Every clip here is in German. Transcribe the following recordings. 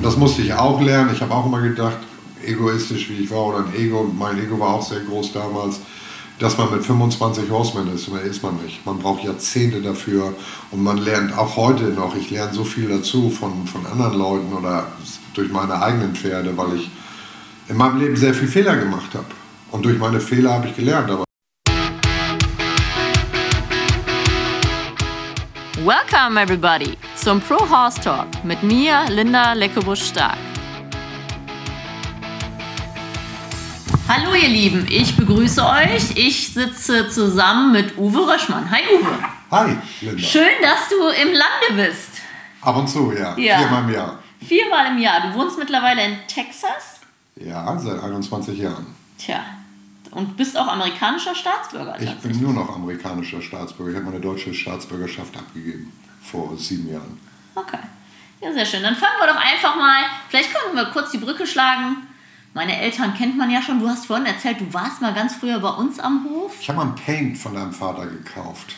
Das musste ich auch lernen. Ich habe auch immer gedacht, egoistisch wie ich war, oder mein Ego war auch sehr groß damals, dass man mit 25 Horsemen ist. Und da ist man nicht. Man braucht Jahrzehnte dafür und man lernt auch heute noch. Ich lerne so viel dazu von anderen Leuten oder durch meine eigenen Pferde, weil ich in meinem Leben sehr viel Fehler gemacht habe. Und durch meine Fehler habe ich gelernt. Aber Welcome everybody zum Pro Horse Talk mit mir, Linda Leckebusch-Stark. Hallo ihr Lieben, ich begrüße euch. Ich sitze zusammen mit Uwe Röschmann. Hi Uwe. Hi Linda. Schön, dass du im Lande bist. Ab und zu, ja. 4-mal im Jahr. 4-mal im Jahr. Du wohnst mittlerweile in Texas? Ja, seit 21 Jahren. Tja, und bist auch amerikanischer Staatsbürger? Ich bin nur noch amerikanischer Staatsbürger. Ich habe meine deutsche Staatsbürgerschaft abgegeben vor 7 Jahren. Okay, ja, sehr schön. Dann fangen wir doch einfach mal, vielleicht können wir kurz die Brücke schlagen. Meine Eltern kennt man ja schon. Du hast vorhin erzählt, du warst mal ganz früher bei uns am Hof. Ich habe mal ein Paint von deinem Vater gekauft.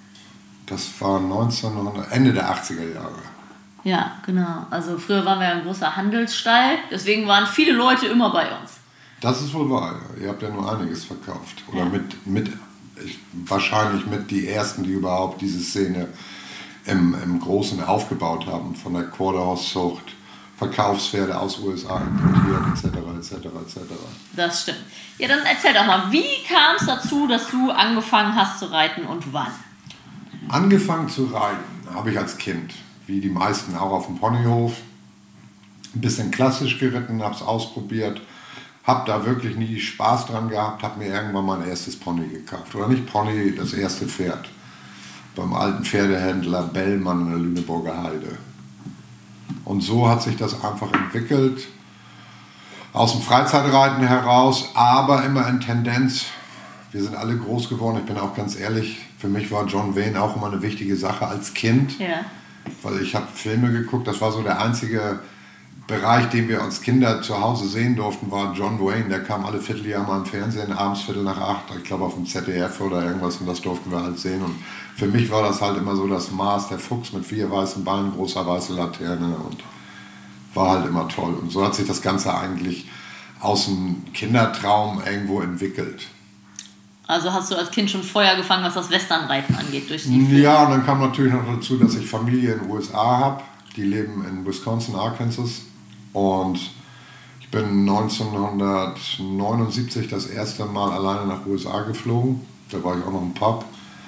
Das war Ende der 80er Jahre. Ja, genau. Also früher waren wir ein großer Handelsstall. Deswegen waren viele Leute immer bei uns. Das ist wohl wahr. Ihr habt ja nur einiges verkauft. Oder wahrscheinlich mit die ersten, die überhaupt diese Szene im Großen aufgebaut haben. Von der Quarterhorse-Zucht, Verkaufspferde aus USA importiert, etc. Das stimmt. Ja, dann erzähl doch mal, wie kam es dazu, dass du angefangen hast zu reiten und wann? Angefangen zu reiten habe ich als Kind, wie die meisten auch auf dem Ponyhof. Ein bisschen klassisch geritten, habe es ausprobiert. Habe da wirklich nie Spaß dran gehabt, habe mir irgendwann mein erstes Pony gekauft. Oder nicht Pony, das erste Pferd. Beim alten Pferdehändler Bellmann in der Lüneburger Heide. Und so hat sich das einfach entwickelt. Aus dem Freizeitreiten heraus, aber immer in Tendenz. Wir sind alle groß geworden. Ich bin auch ganz ehrlich, für mich war John Wayne auch immer eine wichtige Sache als Kind. Ja. Weil ich habe Filme geguckt, das war so der einzige Bereich, den wir als Kinder zu Hause sehen durften, war John Wayne. Der kam alle Vierteljahr mal im Fernsehen, abends 7:45, ich glaube auf dem ZDF oder irgendwas, und das durften wir halt sehen. Und für mich war das halt immer so das Maß, der Fuchs mit 4 weißen Beinen, großer weißer Laterne, und war halt immer toll. Und so hat sich das Ganze eigentlich aus einem Kindertraum irgendwo entwickelt. Also hast du als Kind schon Feuer gefangen, was das Westernreiten angeht, durch die Filme? Ja, und dann kam natürlich noch dazu, dass ich Familie in den USA habe. Die leben in Wisconsin, Arkansas. Und ich bin 1979 das erste Mal alleine nach USA geflogen. Da war ich auch noch im Pub.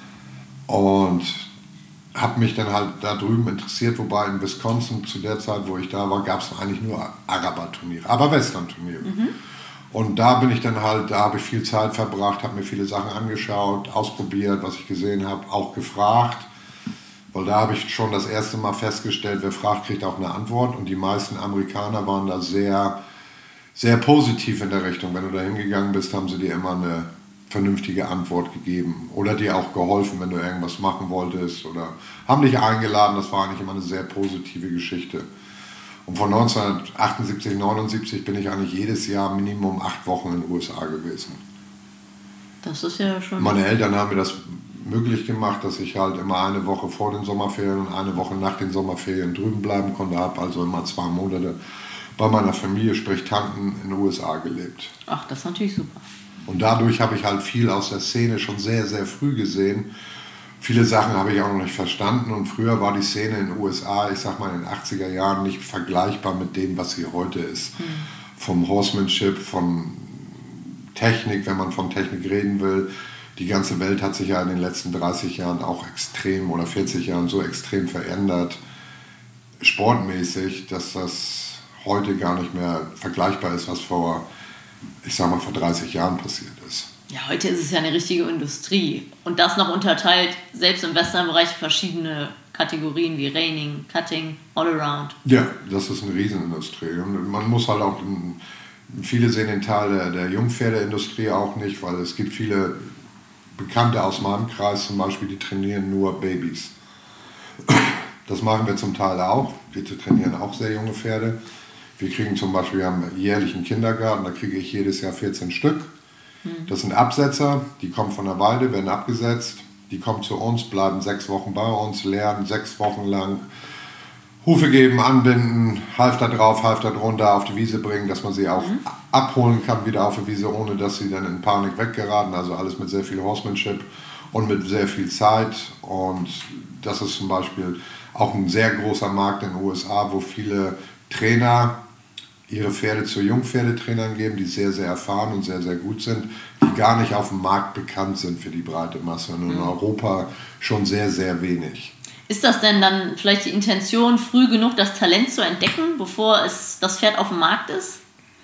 Und habe mich dann halt da drüben interessiert, wobei in Wisconsin zu der Zeit, wo ich da war, gab es eigentlich nur Araber-Turniere, aber Western-Turniere. Mhm. Und da bin ich dann halt, da habe ich viel Zeit verbracht, habe mir viele Sachen angeschaut, ausprobiert, was ich gesehen habe, auch gefragt. Weil da habe ich schon das erste Mal festgestellt, wer fragt, kriegt auch eine Antwort. Und die meisten Amerikaner waren da sehr, sehr positiv in der Richtung. Wenn du da hingegangen bist, haben sie dir immer eine vernünftige Antwort gegeben. Oder dir auch geholfen, wenn du irgendwas machen wolltest. Oder haben dich eingeladen. Das war eigentlich immer eine sehr positive Geschichte. Und von 1978, 79 bin ich eigentlich jedes Jahr Minimum 8 Wochen in den USA gewesen. Das ist ja schon... Meine Eltern haben mir das möglich gemacht, dass ich halt immer eine Woche vor den Sommerferien und eine Woche nach den Sommerferien drüben bleiben konnte. Habe also immer 2 Monate bei meiner Familie, sprich Tanten, in den USA gelebt. Ach, das ist natürlich super. Und dadurch habe ich halt viel aus der Szene schon sehr, sehr früh gesehen. Viele Sachen habe ich auch noch nicht verstanden. Und früher war die Szene in den USA, ich sag mal in den 80er Jahren, nicht vergleichbar mit dem, was sie heute ist. Mhm. Vom Horsemanship, von Technik, wenn man von Technik reden will. Die ganze Welt hat sich ja in den letzten 30 Jahren auch extrem oder 40 Jahren so extrem verändert, sportmäßig, dass das heute gar nicht mehr vergleichbar ist, was vor 30 Jahren passiert ist. Ja, heute ist es ja eine richtige Industrie. Und das noch unterteilt, selbst im Western-Bereich, verschiedene Kategorien wie Reining, Cutting, Allround. Ja, das ist eine Riesenindustrie. Und man muss halt auch, viele sehen den Teil der Jungpferdeindustrie auch nicht, weil es gibt viele Bekannte aus meinem Kreis zum Beispiel, die trainieren nur Babys. Das machen wir zum Teil auch. Wir trainieren auch sehr junge Pferde. Wir kriegen zum Beispiel, wir haben jährlich einen Kindergarten, da kriege ich jedes Jahr 14 Stück. Das sind Absetzer, die kommen von der Weide, werden abgesetzt. Die kommen zu uns, bleiben 6 Wochen bei uns, lernen 6 Wochen lang Hufe geben, anbinden, Halfter drauf, Halfter drunter, auf die Wiese bringen, dass man sie auch abholen kann wieder auf der Wiese, ohne dass sie dann in Panik weggeraten. Also alles mit sehr viel Horsemanship und mit sehr viel Zeit. Und das ist zum Beispiel auch ein sehr großer Markt in den USA, wo viele Trainer ihre Pferde zu Jungpferdetrainern geben, die sehr, sehr erfahren und sehr, sehr gut sind, die gar nicht auf dem Markt bekannt sind für die breite Masse und in Europa schon sehr, sehr wenig. Ist das denn dann vielleicht die Intention, früh genug das Talent zu entdecken, bevor das Pferd auf dem Markt ist?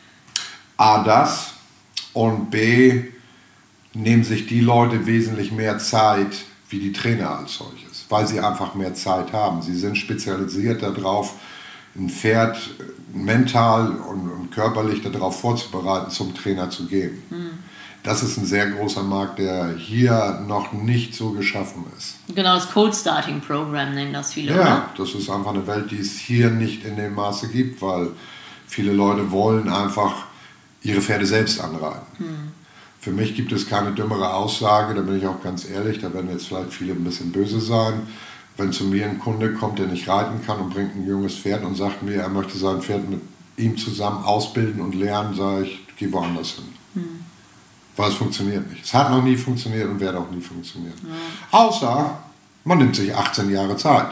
A, das, und B, nehmen sich die Leute wesentlich mehr Zeit wie die Trainer als solches, weil sie einfach mehr Zeit haben. Sie sind spezialisiert darauf, ein Pferd mental und körperlich darauf vorzubereiten, zum Trainer zu geben. Das ist ein sehr großer Markt, der hier noch nicht so geschaffen ist. Genau, das Cold Starting Program nennen das viele, ja, oder? Das ist einfach eine Welt, die es hier nicht in dem Maße gibt, weil viele Leute wollen einfach ihre Pferde selbst anreiten. Für mich gibt es keine dümmere Aussage, da bin ich auch ganz ehrlich, da werden jetzt vielleicht viele ein bisschen böse sein. Wenn zu mir ein Kunde kommt, der nicht reiten kann und bringt ein junges Pferd und sagt mir, er möchte sein Pferd mit ihm zusammen ausbilden und lernen, sage ich, geh woanders hin. Weil es funktioniert nicht. Es hat noch nie funktioniert und wird auch nie funktionieren. Außer man nimmt sich 18 Jahre Zeit.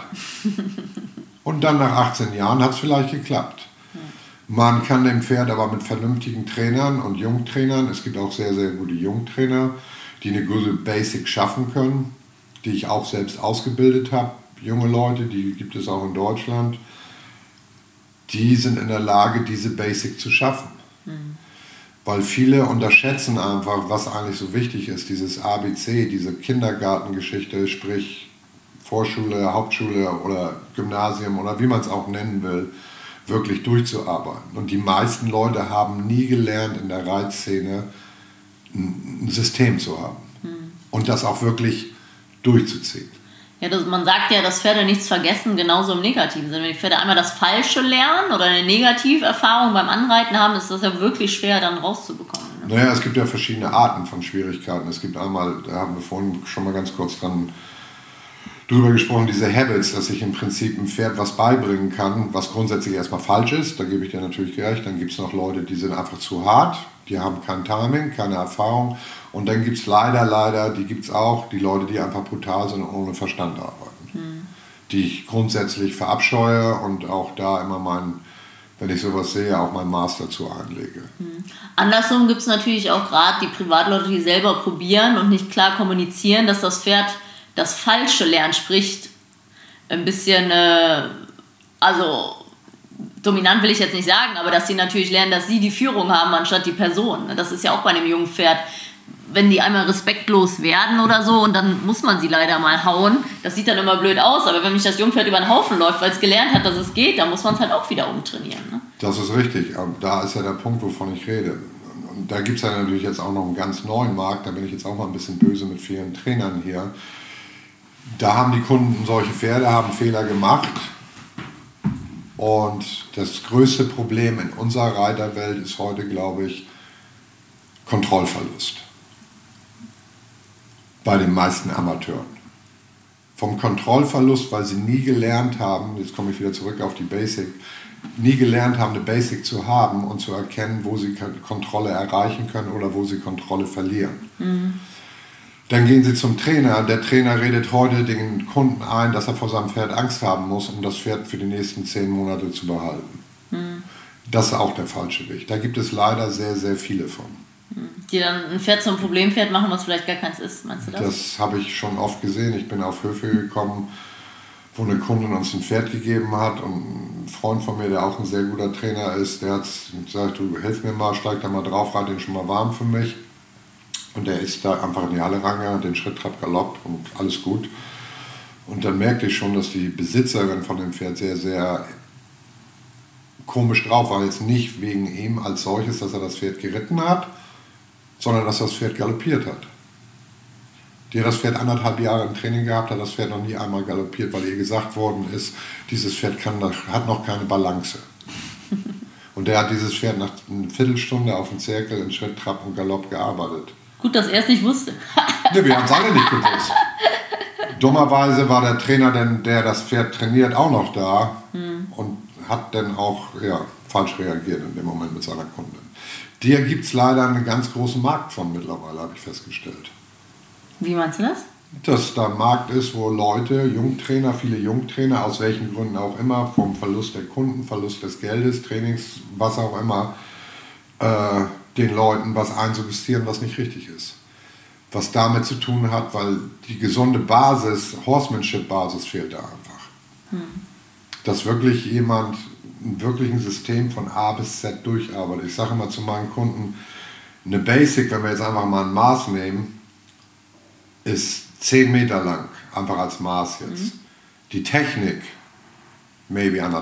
Und dann nach 18 Jahren hat es vielleicht geklappt. Man kann dem Pferd aber mit vernünftigen Trainern und Jungtrainern, es gibt auch sehr, sehr gute Jungtrainer, die eine gute Basic schaffen können, die ich auch selbst ausgebildet habe. Junge Leute, die gibt es auch in Deutschland, die sind in der Lage, diese Basic zu schaffen. Weil viele unterschätzen einfach, was eigentlich so wichtig ist, dieses ABC, diese Kindergartengeschichte, sprich Vorschule, Hauptschule oder Gymnasium oder wie man es auch nennen will, wirklich durchzuarbeiten. Und die meisten Leute haben nie gelernt, in der Reitszene ein System zu haben und das auch wirklich durchzuziehen. Ja, man sagt ja, dass Pferde nichts vergessen, genauso im negativen Sinne. Wenn die Pferde einmal das Falsche lernen oder eine Negativerfahrung beim Anreiten haben, ist das ja wirklich schwer dann rauszubekommen. Ne? Naja, es gibt ja verschiedene Arten von Schwierigkeiten. Es gibt einmal, da haben wir vorhin schon mal ganz kurz drüber gesprochen, diese Habits, dass ich im Prinzip einem Pferd was beibringen kann, was grundsätzlich erstmal falsch ist, da gebe ich dir natürlich recht. Dann gibt es noch Leute, die sind einfach zu hart, die haben kein Timing, keine Erfahrung. Und dann gibt es leider, die gibt es auch, die Leute, die einfach brutal sind und ohne Verstand arbeiten. Die ich grundsätzlich verabscheue und auch da immer wenn ich sowas sehe, auch mein Maß dazu einlege. Andersrum gibt es natürlich auch gerade die Privatleute, die selber probieren und nicht klar kommunizieren, dass das Pferd das Falsche lernt, sprich ein bisschen, also dominant will ich jetzt nicht sagen, aber dass sie natürlich lernen, dass sie die Führung haben, anstatt die Person. Das ist ja auch bei einem jungen Pferd, wenn die einmal respektlos werden oder so und dann muss man sie leider mal hauen. Das sieht dann immer blöd aus, aber wenn mich das Jungpferd über den Haufen läuft, weil es gelernt hat, dass es geht, dann muss man es halt auch wieder umtrainieren. Ne? Das ist richtig, da ist ja der Punkt, wovon ich rede. Und da gibt es ja natürlich jetzt auch noch einen ganz neuen Markt, da bin ich jetzt auch mal ein bisschen böse mit vielen Trainern hier. Da haben die Kunden solche Pferde, haben Fehler gemacht. Und das größte Problem in unserer Reiterwelt ist heute, glaube ich, Kontrollverlust. Bei den meisten Amateuren. Vom Kontrollverlust, weil sie nie gelernt haben, jetzt komme ich wieder zurück auf die Basic, nie gelernt haben, eine Basic zu haben und zu erkennen, wo sie Kontrolle erreichen können oder wo sie Kontrolle verlieren. Dann gehen sie zum Trainer. Der Trainer redet heute den Kunden ein, dass er vor seinem Pferd Angst haben muss, um das Pferd für die nächsten 10 Monate zu behalten. Das ist auch der falsche Weg. Da gibt es leider sehr, sehr viele von. Die dann ein Pferd zum Problempferd machen, was vielleicht gar keins ist, meinst du das? Das habe ich schon oft gesehen. Ich bin auf Höfe gekommen, wo eine Kundin uns ein Pferd gegeben hat und ein Freund von mir, der auch ein sehr guter Trainer ist, der hat gesagt, du hilf mir mal, steig da mal drauf, reite den schon mal warm für mich. Und der ist da einfach in die Halle rangegangen, den Schritt, Trab, Galopp und alles gut. Und dann merkte ich schon, dass die Besitzerin von dem Pferd sehr, sehr komisch drauf war. Jetzt nicht wegen ihm als solches, dass er das Pferd geritten hat, sondern dass das Pferd galoppiert hat. Die hat das Pferd 1,5 Jahre im Training gehabt, hat das Pferd noch nie einmal galoppiert, weil ihr gesagt worden ist, dieses Pferd hat noch keine Balance. Und der hat dieses Pferd nach einer Viertelstunde auf dem Zirkel in Schritt, Trab und Galopp gearbeitet. Gut, dass er es nicht wusste. Ne, wir haben es alle nicht gewusst. Dummerweise war der Trainer, der das Pferd trainiert, auch noch da und hat dann auch falsch reagiert in dem Moment mit seiner Kundin. Dir gibt es leider einen ganz großen Markt von mittlerweile, habe ich festgestellt. Wie meinst du das? Dass da ein Markt ist, wo Leute, Jungtrainer, viele Jungtrainer, aus welchen Gründen auch immer, vom Verlust der Kunden, Verlust des Geldes, Trainings, was auch immer, den Leuten was einsuggestieren, was nicht richtig ist. Was damit zu tun hat, weil die gesunde Basis, Horsemanship-Basis fehlt da einfach. Dass wirklich jemand wirklich ein System von A bis Z durcharbeitet. Ich sage immer zu meinen Kunden, eine Basic, wenn wir jetzt einfach mal ein Maß nehmen, ist 10 Meter lang, einfach als Maß jetzt. Die Technik, maybe 1,5.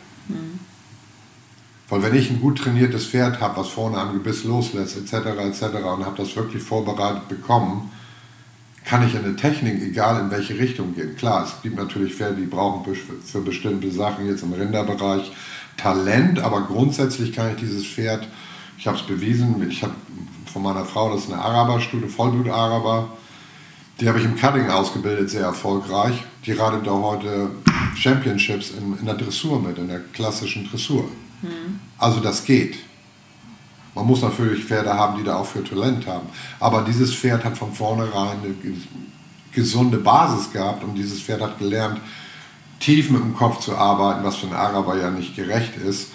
Weil wenn ich ein gut trainiertes Pferd habe, was vorne am Gebiss loslässt, etc. und habe das wirklich vorbereitet bekommen, kann ich in der Technik, egal in welche Richtung gehen. Klar, es gibt natürlich Pferde, die brauchen für bestimmte Sachen jetzt im Rinderbereich Talent, aber grundsätzlich kann ich dieses Pferd, ich habe es bewiesen, ich habe von meiner Frau, das ist eine Araberstute, Vollblut-Araber, die habe ich im Cutting ausgebildet, sehr erfolgreich. Die reitet da heute Championships in der Dressur mit, in der klassischen Dressur. Also das geht. Man muss natürlich Pferde haben, die da auch für Talent haben. Aber dieses Pferd hat von vornherein eine gesunde Basis gehabt und dieses Pferd hat gelernt, tief mit dem Kopf zu arbeiten, was für einen Araber ja nicht gerecht ist,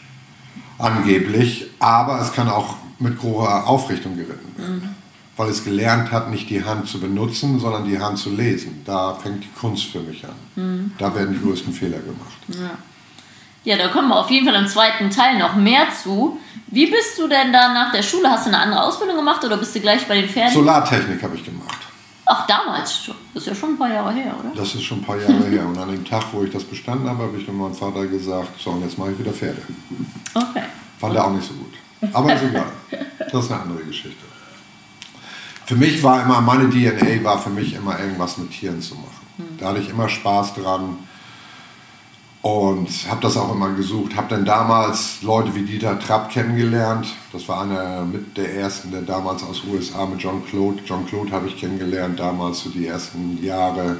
angeblich. Aber es kann auch mit großer Aufrichtung geritten werden. Weil es gelernt hat, nicht die Hand zu benutzen, sondern die Hand zu lesen. Da fängt die Kunst für mich an. Da werden die größten Fehler gemacht. Ja, da kommen wir auf jeden Fall im zweiten Teil noch mehr zu. Wie bist du denn da nach der Schule? Hast du eine andere Ausbildung gemacht oder bist du gleich bei den Pferden? Solartechnik habe ich gemacht. Ach, damals schon. Das ist ja schon ein paar Jahre her, oder? Das ist schon ein paar Jahre her. Und an dem Tag, wo ich das bestanden habe, habe ich dann meinem Vater gesagt, so, und jetzt mache ich wieder Pferde. Okay. Fand er auch nicht so gut. Aber ist egal. Das ist eine andere Geschichte. Für mich war immer, meine DNA war für mich immer irgendwas mit Tieren zu machen. Da hatte ich immer Spaß dran. Und habe das auch immer gesucht. Habe dann damals Leute wie Dieter Trapp kennengelernt. Das war einer mit der ersten, der damals aus USA mit John Claude. John Claude habe ich kennengelernt damals, so die ersten Jahre.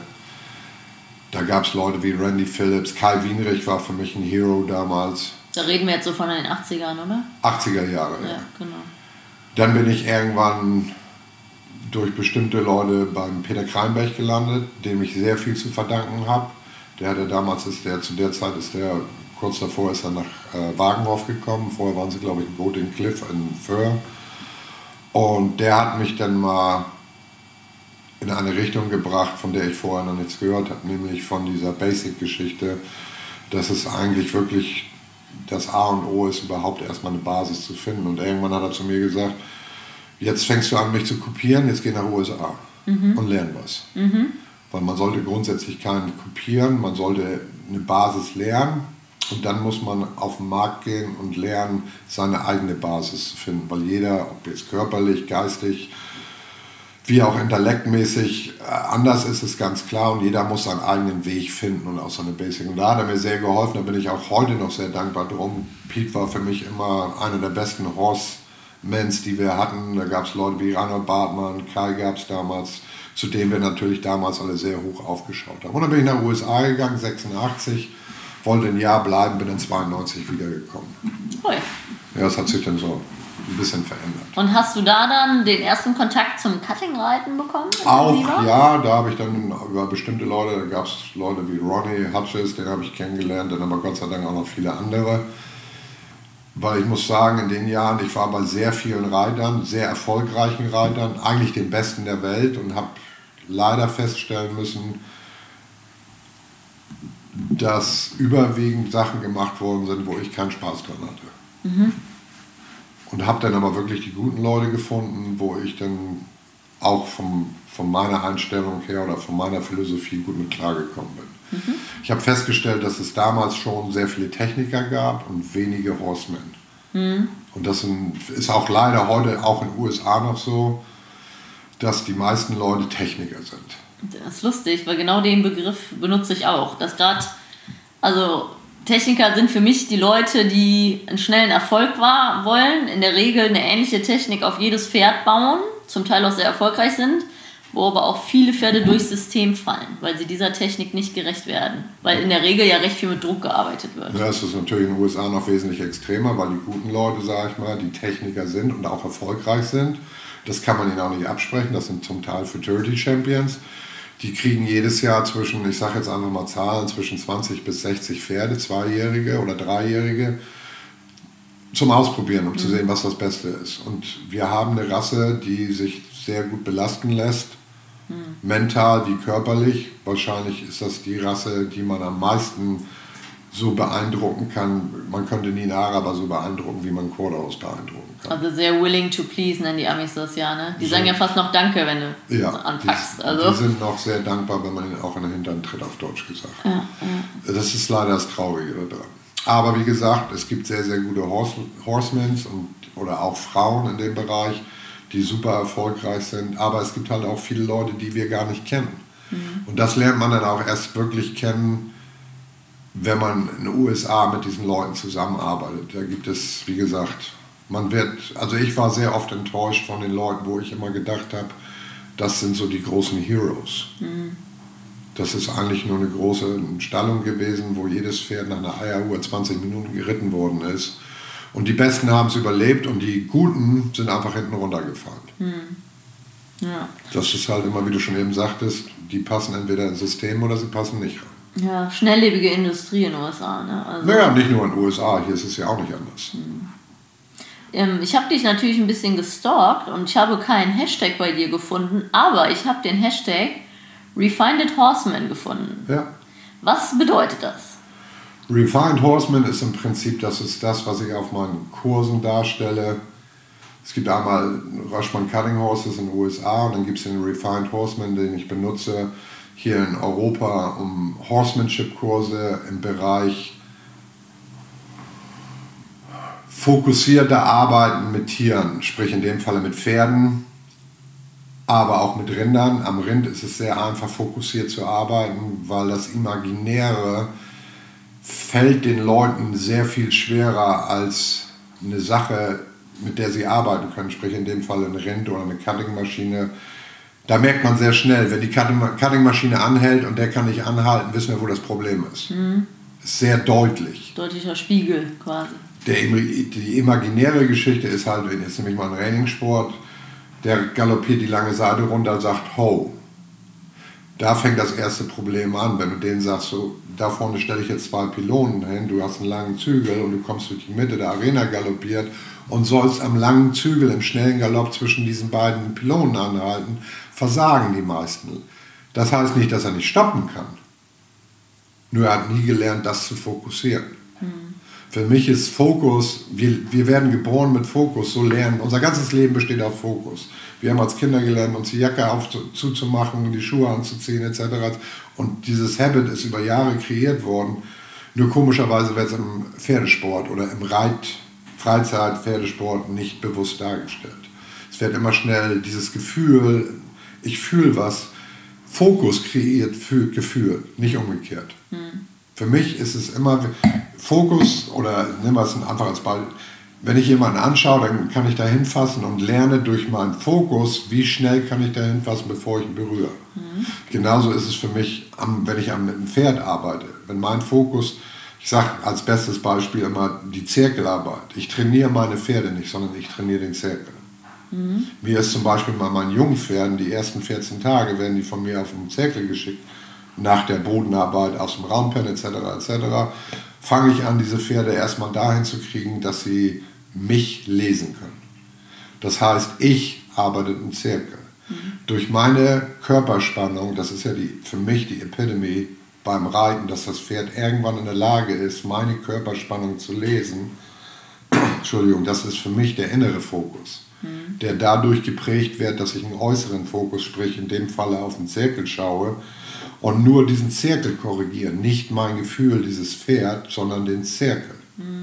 Da gab es Leute wie Randy Phillips. Kai Wienrich war für mich ein Hero damals. Da reden wir jetzt so von den 80ern, oder? 80er Jahre, ja. Genau. Dann bin ich irgendwann durch bestimmte Leute beim Peter Kreinberg gelandet, dem ich sehr viel zu verdanken habe. Der hatte damals, zu der Zeit kurz davor ist er nach Wagenhof gekommen. Vorher waren sie, glaube ich, in Goating Cliff in Föhr. Und der hat mich dann mal in eine Richtung gebracht, von der ich vorher noch nichts gehört habe, nämlich von dieser Basic-Geschichte, dass es eigentlich wirklich das A und O ist, überhaupt erstmal eine Basis zu finden. Und irgendwann hat er zu mir gesagt, jetzt fängst du an, mich zu kopieren, jetzt geh nach USA und lern was. Weil man sollte grundsätzlich keinen kopieren, man sollte eine Basis lernen und dann muss man auf den Markt gehen und lernen, seine eigene Basis zu finden. Weil jeder, ob jetzt körperlich, geistig, wie auch intellektmäßig, anders ist es ganz klar und jeder muss seinen eigenen Weg finden und auch seine Basic. Und da hat er mir sehr geholfen, da bin ich auch heute noch sehr dankbar drum. Pete war für mich immer einer der besten Horsemans, die wir hatten. Da gab es Leute wie Reinhold Bartmann, Kai gab es damals, zu dem wir natürlich damals alle sehr hoch aufgeschaut haben. Und dann bin ich nach den USA gegangen, 86, wollte ein Jahr bleiben, bin in 92 wiedergekommen. Ui. Ja, das hat sich dann so ein bisschen verändert. Und hast du da dann den ersten Kontakt zum Cutting-Reiten bekommen? Auch, ja, da habe ich dann über bestimmte Leute, da gab es Leute wie Ronnie Hutchins, den habe ich kennengelernt, dann aber Gott sei Dank auch noch viele andere. Weil ich muss sagen, in den Jahren, ich war bei sehr vielen Reitern, sehr erfolgreichen Reitern, eigentlich den besten der Welt und habe leider feststellen müssen, dass überwiegend Sachen gemacht worden sind, wo ich keinen Spaß dran hatte. Und habe dann aber wirklich die guten Leute gefunden, wo ich dann auch von meiner Einstellung her oder von meiner Philosophie gut mit klargekommen bin. Ich habe festgestellt, dass es damals schon sehr viele Techniker gab und wenige Horsemen. Und das ist auch leider heute auch in den USA noch so, dass die meisten Leute Techniker sind. Das ist lustig, weil genau den Begriff benutze ich auch. Dass gerade, also Techniker sind für mich die Leute, die einen schnellen Erfolg wollen, in der Regel eine ähnliche Technik auf jedes Pferd bauen, zum Teil auch sehr erfolgreich sind. wo aber auch viele Pferde durchs System fallen, weil sie dieser Technik nicht gerecht werden. Weil in der Regel ja recht viel mit Druck gearbeitet wird. Ja, das ist natürlich in den USA noch wesentlich extremer, weil die guten Leute, sage ich mal, die Techniker sind und auch erfolgreich sind. Das kann man ihnen auch nicht absprechen. Das sind zum Teil Futurity Champions. Die kriegen jedes Jahr zwischen, ich sage jetzt einfach mal Zahlen, zwischen 20 bis 60 Pferde, 2-Jährige oder 3-Jährige, zum Ausprobieren, um zu sehen, was das Beste ist. Und wir haben eine Rasse, die sich sehr gut belasten lässt, mental wie körperlich. Wahrscheinlich ist das die Rasse, die man am meisten so beeindrucken kann. Man könnte nie einen Araber so beeindrucken, wie man einen Quarterhouse beeindrucken kann. Also sehr willing to please nennen die Amis das ja, ne? Die sagen ja fast noch Danke, wenn du anpackst. Die sind noch sehr dankbar, wenn man ihnen auch in den Hintern tritt, auf Deutsch gesagt. Ja. Das ist leider das Traurige daran. Aber wie gesagt, es gibt sehr, sehr gute Horsemans oder auch Frauen in dem Bereich, die super erfolgreich sind. Aber es gibt halt auch viele Leute, die wir gar nicht kennen. Und das lernt man dann auch erst wirklich kennen, wenn man in den USA mit diesen Leuten zusammenarbeitet. Da gibt es, wie gesagt, also ich war sehr oft enttäuscht von den Leuten, wo ich immer gedacht habe, das sind so die großen Heroes. Das ist eigentlich nur eine große Stallung gewesen, wo jedes Pferd nach einer Eieruhr 20 Minuten geritten worden ist. Und die Besten haben es überlebt und die Guten sind einfach hinten runtergefallen. Ja. Das ist halt immer, wie du schon eben sagtest, die passen entweder ins System oder sie passen nicht rein. Ja, schnelllebige Industrie in den USA. Ne? Also naja, nicht nur in den USA, hier ist es ja auch nicht anders. Ich habe dich natürlich ein bisschen gestalkt und ich habe keinen Hashtag bei dir gefunden, aber ich habe den Hashtag Refined Horseman gefunden. Ja. Was bedeutet das? Refined Horseman ist im Prinzip, das ist das, was ich auf meinen Kursen darstelle. Es gibt einmal Rashman Cutting Horses in den USA und dann gibt es den Refined Horseman, den ich benutze hier in Europa, um Horsemanship-Kurse im Bereich fokussierter Arbeiten mit Tieren, sprich in dem Falle mit Pferden, aber auch mit Rindern. Am Rind ist es sehr einfach, fokussiert zu arbeiten, weil das Imaginäre fällt den Leuten sehr viel schwerer als eine Sache, mit der sie arbeiten können, sprich in dem Fall ein Rind oder eine Cutting-Maschine. Da merkt man sehr schnell, wenn die Cutting-Maschine anhält und der kann nicht anhalten, wissen wir, wo das Problem ist. Ist sehr deutlich. Deutlicher Spiegel quasi. Die imaginäre Geschichte ist halt, jetzt nehme ich mal einen Trainingssport, der galoppiert die lange Seite runter und sagt Ho. Da fängt das erste Problem an, wenn du denen sagst, so, da vorne stelle ich jetzt 2 Pylonen hin, du hast einen langen Zügel und du kommst durch die Mitte der Arena galoppiert und sollst am langen Zügel im schnellen Galopp zwischen diesen beiden Pylonen anhalten, versagen die meisten. Das heißt nicht, dass er nicht stoppen kann. Nur er hat nie gelernt, das zu fokussieren. Für mich ist Fokus, wir werden geboren mit Fokus, so lernen. Unser ganzes Leben besteht auf Fokus. Wir haben als Kinder gelernt, uns die Jacke zuzumachen, die Schuhe anzuziehen etc. Und dieses Habit ist über Jahre kreiert worden. Nur komischerweise wird es im Pferdesport oder im Freizeit-Pferdesport nicht bewusst dargestellt. Es wird immer schnell dieses Gefühl, ich fühle was, Fokus kreiert Gefühl, nicht umgekehrt. Für mich ist es immer Fokus, oder nehmen wir es einfach als Beispiel, wenn ich jemanden anschaue, dann kann ich da hinfassen und lerne durch meinen Fokus, wie schnell kann ich da hinfassen, bevor ich ihn berühre. Genauso ist es für mich, wenn ich mit einem Pferd arbeite. Wenn mein Fokus, ich sage als bestes Beispiel immer die Zirkelarbeit. Ich trainiere meine Pferde nicht, sondern ich trainiere den Zirkel. Mir ist zum Beispiel bei meinen Jungpferden, die ersten 14 Tage werden die von mir auf den Zirkel geschickt, nach der Bodenarbeit aus dem Raumpen etc. fange ich an, diese Pferde erstmal dahin zu kriegen, dass sie mich lesen können. Das heißt, ich arbeite im Zirkel. Durch meine Körperspannung, das ist ja für mich die Epitome beim Reiten, dass das Pferd irgendwann in der Lage ist, meine Körperspannung zu lesen. Entschuldigung, das ist für mich der innere Fokus, der dadurch geprägt wird, dass ich einen äußeren Fokus, sprich in dem Falle auf den Zirkel schaue, und nur diesen Zirkel korrigieren, nicht mein Gefühl, dieses Pferd, sondern den Zirkel.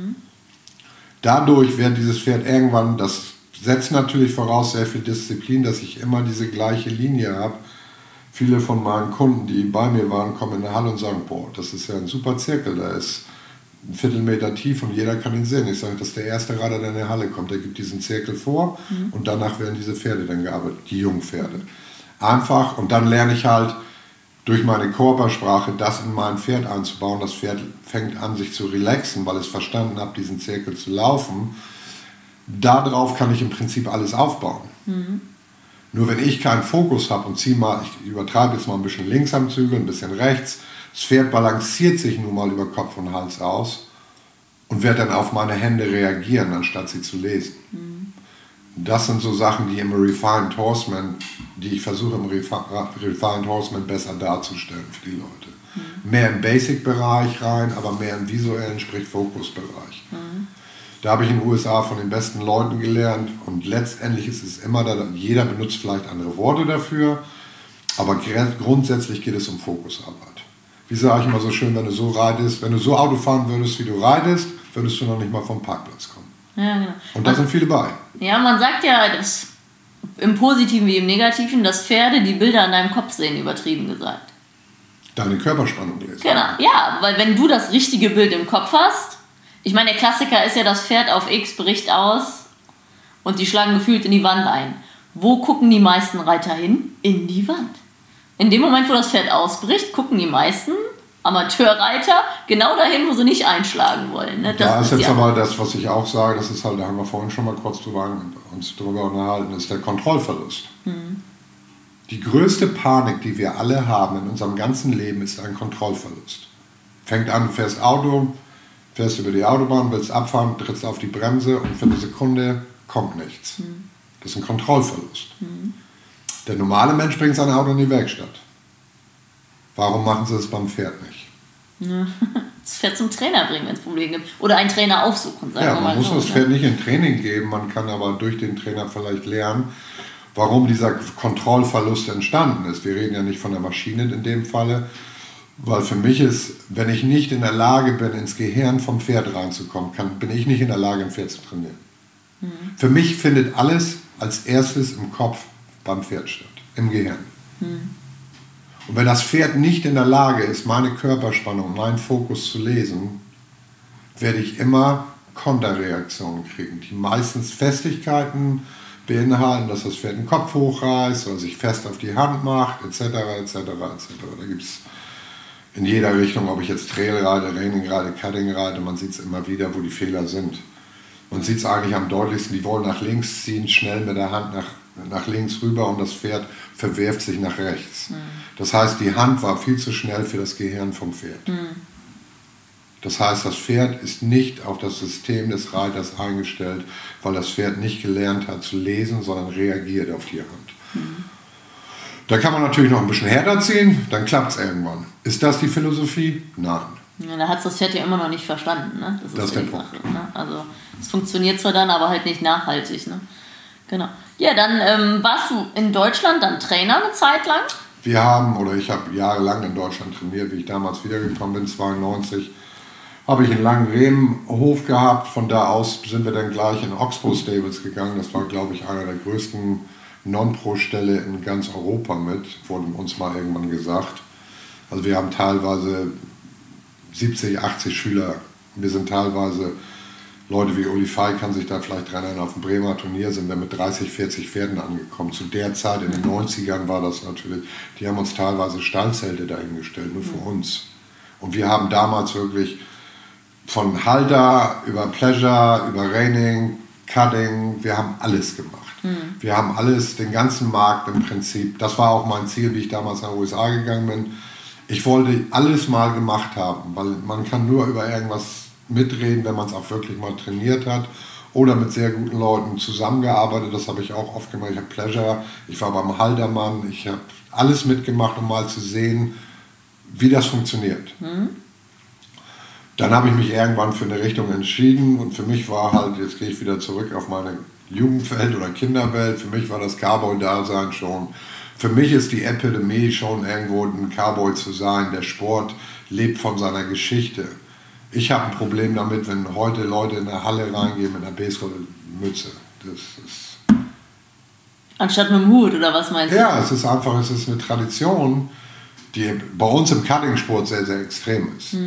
Dadurch wird dieses Pferd irgendwann, das setzt natürlich voraus sehr viel Disziplin, dass ich immer diese gleiche Linie habe. Viele von meinen Kunden, die bei mir waren, kommen in die Halle und sagen, boah, das ist ja ein super Zirkel, der ist ein Viertelmeter tief und jeder kann ihn sehen. Ich sage, das ist der erste Reiter, der in die Halle kommt, der gibt diesen Zirkel vor und danach werden diese Pferde dann gearbeitet, die Jungpferde. Einfach, und dann lerne ich halt durch meine Körpersprache das in mein Pferd einzubauen. Das Pferd fängt an, sich zu relaxen, weil es verstanden hat, diesen Zirkel zu laufen. Darauf kann ich im Prinzip alles aufbauen. Nur wenn ich keinen Fokus habe und ziehe mal, ich übertreibe jetzt mal ein bisschen links am Zügel, ein bisschen rechts, das Pferd balanciert sich nun mal über Kopf und Hals aus und wird dann auf meine Hände reagieren, anstatt sie zu lesen. Das sind so Sachen, die im Refined Horseman, die ich versuche im Refined Horseman besser darzustellen für die Leute. Mehr im Basic-Bereich rein, aber mehr im visuellen, sprich Fokusbereich. Da habe ich in den USA von den besten Leuten gelernt und letztendlich ist es immer, jeder benutzt vielleicht andere Worte dafür, aber grundsätzlich geht es um Fokusarbeit. Wie sage ich immer so schön, wenn du so reitest, wenn du so Auto fahren würdest, wie du reitest, würdest du noch nicht mal vom Parkplatz kommen. Ja, genau. Und da sind viele bei. Ja, man sagt ja, dass im Positiven wie im Negativen, dass Pferde die Bilder in deinem Kopf sehen, übertrieben gesagt. Deine Körperspannung lesen. Genau, ja, weil wenn du das richtige Bild im Kopf hast, ich meine, der Klassiker ist ja, das Pferd auf X bricht aus und die schlagen gefühlt in die Wand ein. Wo gucken die meisten Reiter hin? In die Wand. In dem Moment, wo das Pferd ausbricht, gucken die meisten Amateurreiter genau dahin, wo sie nicht einschlagen wollen. Ne? Da ist jetzt aber das, was ich auch sage, das ist halt, da haben wir vorhin schon mal kurz uns drüber unterhalten, ist der Kontrollverlust. Die größte Panik, die wir alle haben in unserem ganzen Leben, ist ein Kontrollverlust. Fängt an, du fährst Auto, fährst über die Autobahn, willst abfahren, trittst auf die Bremse und für eine Sekunde kommt nichts. Das ist ein Kontrollverlust. Der normale Mensch bringt sein Auto in die Werkstatt. Warum machen sie das beim Pferd nicht? Das Pferd zum Trainer bringen, wenn es Probleme gibt. Oder einen Trainer aufsuchen, sagen wir mal. Man muss so, das Pferd nicht in Training geben, man kann aber durch den Trainer vielleicht lernen, warum dieser Kontrollverlust entstanden ist. Wir reden ja nicht von der Maschine in dem Falle, weil für mich ist, wenn ich nicht in der Lage bin, ins Gehirn vom Pferd reinzukommen, bin ich nicht in der Lage, ein Pferd zu trainieren. Für mich findet alles als erstes im Kopf beim Pferd statt, im Gehirn. Und wenn das Pferd nicht in der Lage ist, meine Körperspannung, meinen Fokus zu lesen, werde ich immer Konterreaktionen kriegen, die meistens Festigkeiten beinhalten, dass das Pferd den Kopf hochreißt oder sich fest auf die Hand macht, etc. etc. etc. Da gibt es in jeder Richtung, ob ich jetzt Trail reite, Reining reite, Cutting reite, man sieht es immer wieder, wo die Fehler sind. Man sieht es eigentlich am deutlichsten, die wollen nach links ziehen, schnell mit der Hand nach links rüber und das Pferd verwirft sich nach rechts. Das heißt, die Hand war viel zu schnell für das Gehirn vom Pferd. Das heißt, das Pferd ist nicht auf das System des Reiters eingestellt, weil das Pferd nicht gelernt hat zu lesen, sondern reagiert auf die Hand. Da kann man natürlich noch ein bisschen härter ziehen, dann klappt es irgendwann. Ist das die Philosophie? Nein. Ja, da hat das Pferd ja immer noch nicht verstanden. Ne? Das ist der Punkt. Sache, ne? Also es funktioniert zwar dann, aber halt nicht nachhaltig. Ne? Genau. Ja, dann warst du in Deutschland dann Trainer eine Zeit lang? Ich habe jahrelang in Deutschland trainiert, wie ich damals wiedergekommen bin, 92. Habe ich einen langen Rehmenhof gehabt. Von da aus sind wir dann gleich in Oxbow Stables gegangen. Das war, glaube ich, einer der größten Non-Pro-Ställe in ganz Europa mit, wurde uns mal irgendwann gesagt. Also wir haben teilweise 70, 80 Schüler. Wir sind teilweise, Leute wie Uli Fey kann sich da vielleicht dran erinnern, auf dem Bremer Turnier sind wir mit 30, 40 Pferden angekommen. Zu der Zeit, in den 90ern war das natürlich, die haben uns teilweise Stallzelte dahingestellt, nur für uns. Und wir haben damals wirklich von Halter über Pleasure, über Reining, Cutting, wir haben alles gemacht. Wir haben alles, den ganzen Markt im Prinzip. Das war auch mein Ziel, wie ich damals nach den USA gegangen bin. Ich wollte alles mal gemacht haben, weil man kann nur über irgendwas mitreden, wenn man es auch wirklich mal trainiert hat oder mit sehr guten Leuten zusammengearbeitet. Das habe ich auch oft gemacht. Ich habe Pleasure, ich war beim Haltermann, ich habe alles mitgemacht, um mal zu sehen, wie das funktioniert. Dann habe ich mich irgendwann für eine Richtung entschieden und für mich war halt, jetzt gehe ich wieder zurück auf meine Jugendwelt oder Kinderwelt, für mich war das Cowboy-Dasein schon. Für mich ist die Epidemie schon irgendwo ein Cowboy zu sein. Der Sport lebt von seiner Geschichte. Ich habe ein Problem damit, wenn heute Leute in der Halle reingehen mit einer Baseballmütze. Das ist anstatt mit dem Hut, oder was meinst du? Ja, es ist einfach, es ist eine Tradition, die bei uns im Cutting-Sport sehr, sehr extrem ist.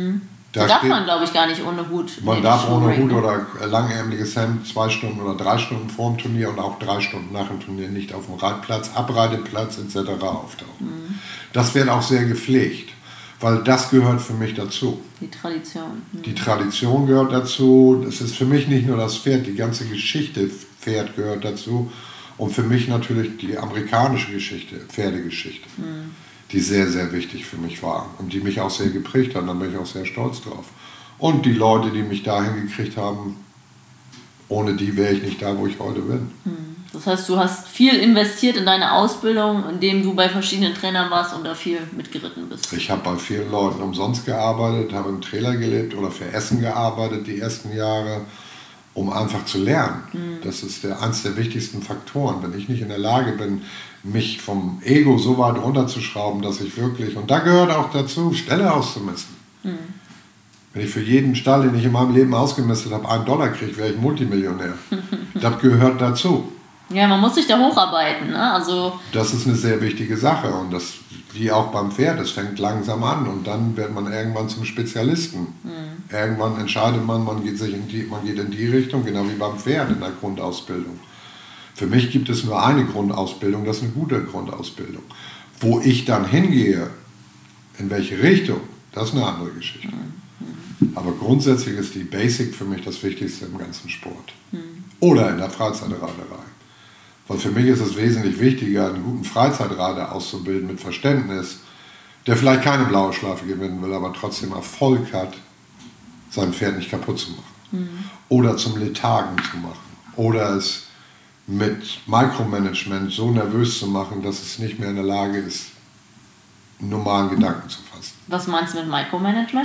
Da darf man, glaube ich, gar nicht ohne Hut. Man darf ohne Hut oder langärmeliges Hemd 2 Stunden oder 3 Stunden vor dem Turnier und auch 3 Stunden nach dem Turnier nicht auf dem Reitplatz, Abreiteplatz etc. auftauchen. Das wird auch sehr gepflegt, weil das gehört für mich dazu. Die Tradition. Die Tradition gehört dazu. Es ist für mich nicht nur das Pferd, die ganze Geschichte Pferd gehört dazu. Und für mich natürlich die amerikanische Geschichte, Pferdegeschichte, die sehr, sehr wichtig für mich war und die mich auch sehr geprägt hat. Da bin ich auch sehr stolz drauf. Und die Leute, die mich dahin gekriegt haben, ohne die wäre ich nicht da, wo ich heute bin. Das heißt, du hast viel investiert in deine Ausbildung, indem du bei verschiedenen Trainern warst und da viel mitgeritten bist. Ich habe bei vielen Leuten umsonst gearbeitet, habe im Trailer gelebt oder für Essen gearbeitet die ersten Jahre, um einfach zu lernen. Das ist eines der wichtigsten Faktoren. Wenn ich nicht in der Lage bin, mich vom Ego so weit runterzuschrauben, dass ich wirklich, und da gehört auch dazu, Ställe auszumessen. Wenn ich für jeden Stall, den ich in meinem Leben ausgemistet habe, $1 kriege, wäre ich Multimillionär. Das gehört dazu. Ja, man muss sich da hocharbeiten. Ne? Also das ist eine sehr wichtige Sache und das, wie auch beim Pferd, es fängt langsam an und dann wird man irgendwann zum Spezialisten. Irgendwann entscheidet man, man geht in die Richtung, genau wie beim Pferd in der Grundausbildung. Für mich gibt es nur eine Grundausbildung, das ist eine gute Grundausbildung. Wo ich dann hingehe, in welche Richtung, das ist eine andere Geschichte. Aber grundsätzlich ist die Basic für mich das Wichtigste im ganzen Sport. Oder in der Freizeitreiterei. Weil für mich ist es wesentlich wichtiger, einen guten Freizeitreiter auszubilden mit Verständnis, der vielleicht keine blaue Schleife gewinnen will, aber trotzdem Erfolg hat, sein Pferd nicht kaputt zu machen. Oder zum Lethargen zu machen. Oder es mit Micromanagement so nervös zu machen, dass es nicht mehr in der Lage ist, einen normalen Gedanken zu fassen. Was meinst du mit Micromanagement?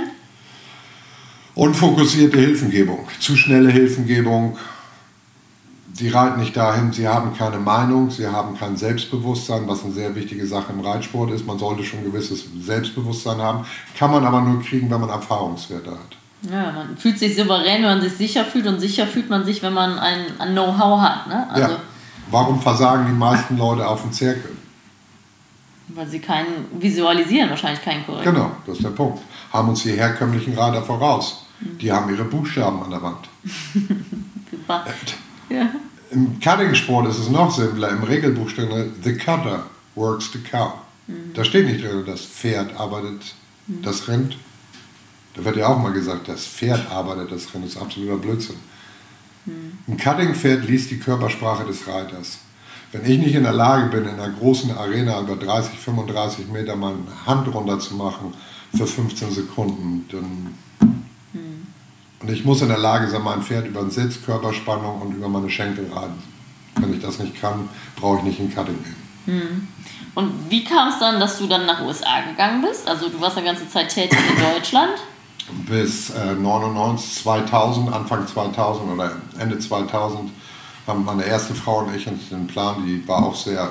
Unfokussierte Hilfengebung, zu schnelle Hilfengebung. Sie reiten nicht dahin, sie haben keine Meinung, sie haben kein Selbstbewusstsein, was eine sehr wichtige Sache im Reitsport ist. Man sollte schon ein gewisses Selbstbewusstsein haben, kann man aber nur kriegen, wenn man Erfahrungswerte hat. Ja, man fühlt sich souverän, wenn man sich sicher fühlt und sicher fühlt man sich, wenn man ein Know-how hat. Ne? Also, ja. Warum versagen die meisten Leute auf dem Zirkel? Weil sie keinen visualisieren, wahrscheinlich keinen korrekt. Genau, das ist der Punkt. Haben uns die herkömmlichen Reiter voraus. Die haben ihre Buchstaben an der Wand. Ja. Im Cutting-Sport ist es noch simpler. Im Regelbuch steht the cutter works the cow. Da steht nicht drin, das Pferd arbeitet das Rind. Da wird ja auch mal gesagt, das Pferd arbeitet das Rind. Das ist absoluter Blödsinn. Ein Cutting-Pferd liest die Körpersprache des Reiters. Wenn ich nicht in der Lage bin, in einer großen Arena über 30, 35 Meter meine Hand runter zu machen für 15 Sekunden, dann und ich muss in der Lage sein, mein Pferd über den Sitz, Körperspannung und über meine Schenkel reiten. Wenn ich das nicht kann, brauche ich nicht in Cutting gehen. Und wie kam es dann, dass du dann nach USA gegangen bist? Also du warst eine ganze Zeit tätig in Deutschland? Bis 99, 2000, Anfang 2000 oder Ende 2000 haben meine erste Frau und ich den Plan, die war auch sehr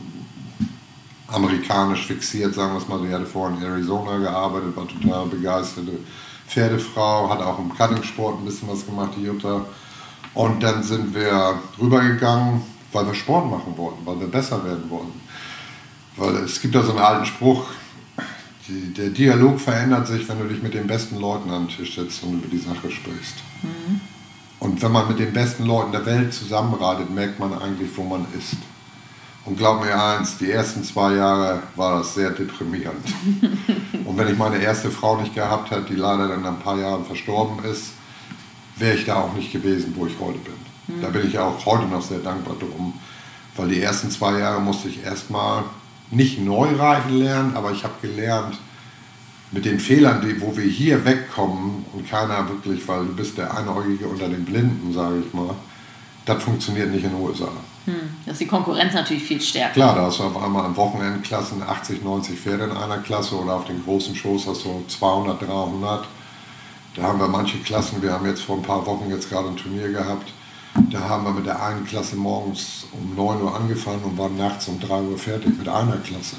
amerikanisch fixiert, sagen wir es mal. Die hatte vorher in Arizona gearbeitet, war total begeisterte Pferdefrau, hat auch im Cutting-Sport ein bisschen was gemacht, die Jutta. Und dann sind wir rübergegangen, weil wir Sport machen wollten, weil wir besser werden wollten. Weil es gibt da so einen alten Spruch, der Dialog verändert sich, wenn du dich mit den besten Leuten an den Tisch setzt und über die Sache sprichst. Und wenn man mit den besten Leuten der Welt zusammenreitet, merkt man eigentlich, wo man ist. Und glaub mir eins, die ersten 2 Jahre war das sehr deprimierend. Und wenn ich meine erste Frau nicht gehabt hätte, die leider dann nach ein paar Jahren verstorben ist, wäre ich da auch nicht gewesen, wo ich heute bin. Da bin ich auch heute noch sehr dankbar drum, weil die ersten 2 Jahre musste ich erstmal nicht neu reiten lernen, aber ich habe gelernt, mit den Fehlern, wo wir hier wegkommen und keiner wirklich, weil du bist der Einäugige unter den Blinden, sage ich mal, das funktioniert nicht in den USA. Da ist die Konkurrenz natürlich viel stärker. Klar, da hast du auf einmal an Wochenendklassen 80, 90 Pferde in einer Klasse oder auf den großen Shows hast du 200, 300. Da haben wir manche Klassen, wir haben jetzt vor ein paar Wochen jetzt gerade ein Turnier gehabt, da haben wir mit der einen Klasse morgens um 9 Uhr angefangen und waren nachts um 3 Uhr fertig mit einer Klasse.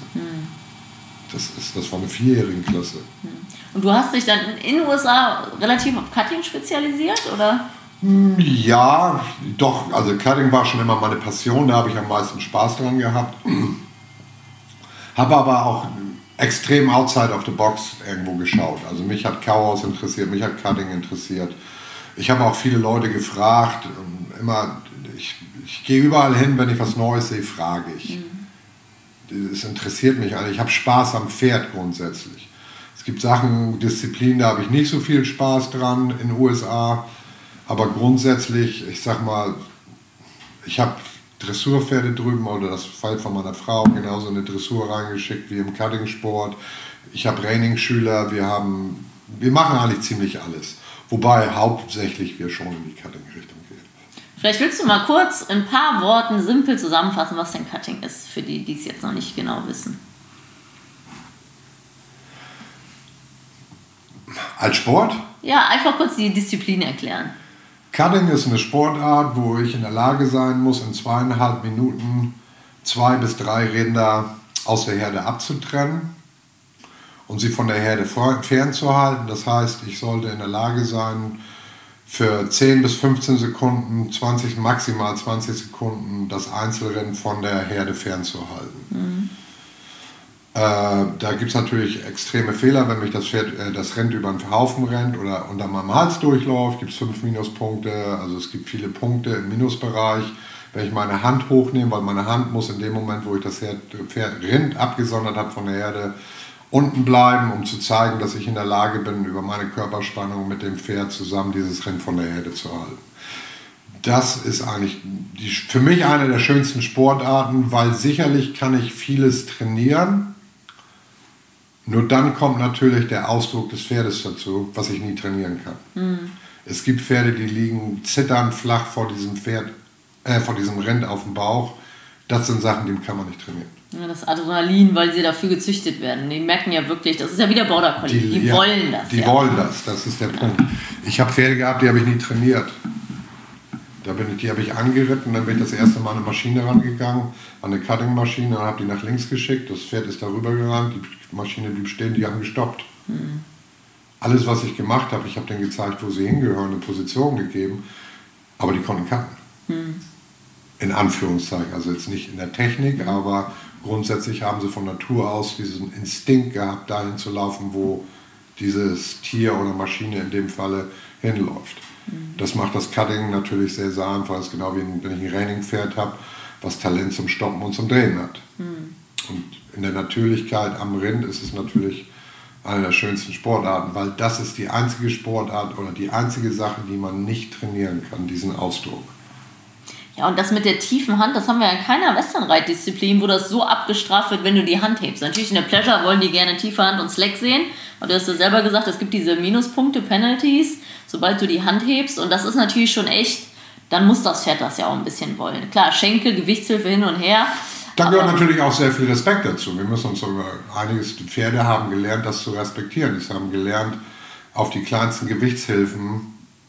Das war eine 4-jährige Klasse. Und du hast dich dann in den USA relativ auf Cutting spezialisiert, oder? Ja, doch, also Cutting war schon immer meine Passion, da habe ich am meisten Spaß dran gehabt. Habe aber auch extrem outside of the box irgendwo geschaut. Also mich hat Kauhaus interessiert, mich hat Cutting interessiert. Ich habe auch viele Leute gefragt. Ich gehe überall hin, wenn ich was Neues sehe, frage ich. Es interessiert mich eigentlich. Ich habe Spaß am Pferd grundsätzlich. Es gibt Sachen, Disziplinen, da habe ich nicht so viel Spaß dran in den USA. Aber grundsätzlich, ich sag mal, ich habe Dressurpferde drüben oder das Fall von meiner Frau genauso eine Dressur reingeschickt wie im Cutting-Sport. Ich habe Trainingsschüler, wir machen eigentlich ziemlich alles. Wobei hauptsächlich wir schon in die Cutting-Richtung gehen. Vielleicht willst du mal kurz in ein paar Worten simpel zusammenfassen, was denn Cutting ist, für die, die es jetzt noch nicht genau wissen. Als Sport? Ja, einfach kurz die Disziplin erklären. Cutting ist eine Sportart, wo ich in der Lage sein muss, in 2,5 Minuten 2 bis 3 Rinder aus der Herde abzutrennen und sie von der Herde fernzuhalten. Das heißt, ich sollte in der Lage sein, für 10 bis 15 Sekunden, maximal 20 Sekunden das Einzelrind von der Herde fernzuhalten. Da gibt es natürlich extreme Fehler, wenn mich das Rind über den Haufen rennt oder unter meinem Hals durchläuft, gibt es 5 Minuspunkte, also es gibt viele Punkte im Minusbereich. Wenn ich meine Hand hochnehme, weil meine Hand muss in dem Moment, wo ich das Rind abgesondert habe von der Herde, unten bleiben, um zu zeigen, dass ich in der Lage bin, über meine Körperspannung mit dem Pferd zusammen dieses Rind von der Herde zu halten. Das ist eigentlich für mich eine der schönsten Sportarten, weil sicherlich kann ich vieles trainieren. Nur dann kommt natürlich der Ausdruck des Pferdes dazu, was ich nie trainieren kann. Es gibt Pferde, die liegen zitternd flach vor diesem Rind auf dem Bauch. Das sind Sachen, die kann man nicht trainieren. Ja, das Adrenalin, weil sie dafür gezüchtet werden. Die merken ja wirklich, das ist ja wieder Border Collie. Die wollen das. Die wollen das ist der Punkt. Ich habe Pferde gehabt, die habe ich nie trainiert. Die habe ich angeritten, dann bin ich das erste Mal an eine Maschine rangegangen, an eine Cutting-Maschine, und habe die nach links geschickt. Das Pferd ist darüber gerannt, die Maschine blieb stehen, die haben gestoppt. Alles, was ich gemacht habe, ich habe denen gezeigt, wo sie hingehören, eine Position gegeben, aber die konnten cutten. In Anführungszeichen, also jetzt nicht in der Technik, aber grundsätzlich haben sie von Natur aus diesen Instinkt gehabt, dahin zu laufen, wo dieses Tier oder Maschine in dem Falle hinläuft. Das macht das Cutting natürlich sehr, sehr einfach. Das ist genau wie wenn ich ein Raining-Pferd habe, was Talent zum Stoppen und zum Drehen hat. Und in der Natürlichkeit am Rind ist es natürlich eine der schönsten Sportarten, weil das ist die einzige Sportart oder die einzige Sache, die man nicht trainieren kann, diesen Ausdruck. Ja, und das mit der tiefen Hand, das haben wir ja in keiner Westernreitdisziplin, wo das so abgestraft wird, wenn du die Hand hebst. Natürlich in der Pleasure wollen die gerne tiefe Hand und Slack sehen. Und du hast ja selber gesagt, es gibt diese Minuspunkte, Penalties, sobald du die Hand hebst. Und das ist natürlich schon echt, dann muss das Pferd das ja auch ein bisschen wollen. Klar, Schenkel, Gewichtshilfe hin und her. Da gehört natürlich auch sehr viel Respekt dazu. Wir müssen uns über einiges, die Pferde haben gelernt, das zu respektieren. Die haben gelernt, auf die kleinsten Gewichtshilfen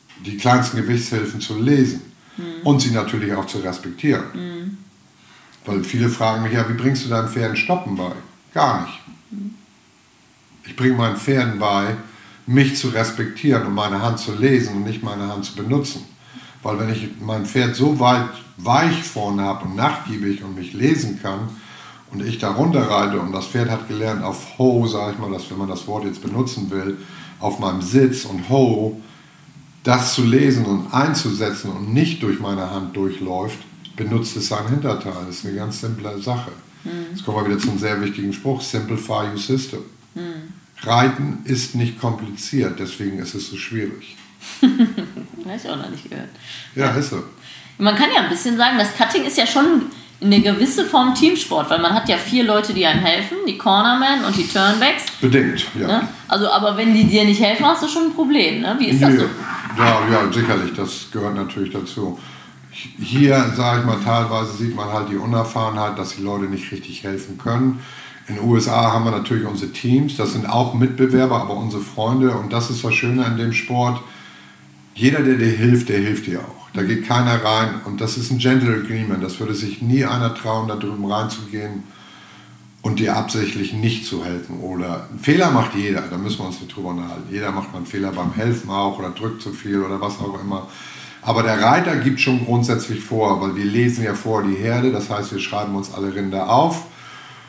zu lesen. Und sie natürlich auch zu respektieren. Weil viele fragen mich ja, wie bringst du deinen Pferden Stoppen bei? Gar nicht. Ich bringe meinen Pferden bei, mich zu respektieren und meine Hand zu lesen und nicht meine Hand zu benutzen. Weil wenn ich mein Pferd so weit weich vorne habe und nachgiebig und mich lesen kann und ich da runterreite und das Pferd hat gelernt auf Ho, sage ich mal, dass, wenn man das Wort jetzt benutzen will, auf meinem Sitz und Ho, das zu lesen und einzusetzen und nicht durch meine Hand durchläuft, benutzt es sein Hinterteil. Das ist eine ganz simple Sache. Jetzt kommen wir wieder zum sehr wichtigen Spruch, simplify your system. Reiten ist nicht kompliziert, deswegen ist es so schwierig. Habe ich auch noch nicht gehört. Ja, ist so. Man kann ja ein bisschen sagen, das Cutting ist ja schon eine gewisse Form Teamsport, weil man hat ja 4 Leute, die einem helfen, die Cornermen und die Turnbacks. Bedingt, ja. Ne? Also, aber wenn die dir nicht helfen, hast du schon ein Problem, ne? Wie ist das so? Ja, sicherlich, das gehört natürlich dazu. Hier, sage ich mal, teilweise sieht man halt die Unerfahrenheit, dass die Leute nicht richtig helfen können. In den USA haben wir natürlich unsere Teams, das sind auch Mitbewerber, aber unsere Freunde, und das ist das Schöne an dem Sport, jeder, der dir hilft, der hilft dir auch. Da geht keiner rein und das ist ein Gentle Agreement, das würde sich nie einer trauen, da drüben reinzugehen und dir absichtlich nicht zu helfen. Oder einen Fehler macht jeder, da müssen wir uns nicht drüber unterhalten. Jeder macht mal einen Fehler beim Helfen auch oder drückt zu viel oder was auch immer. Aber der Reiter gibt schon grundsätzlich vor, weil wir lesen ja vor die Herde, das heißt, wir schreiben uns alle Rinder auf.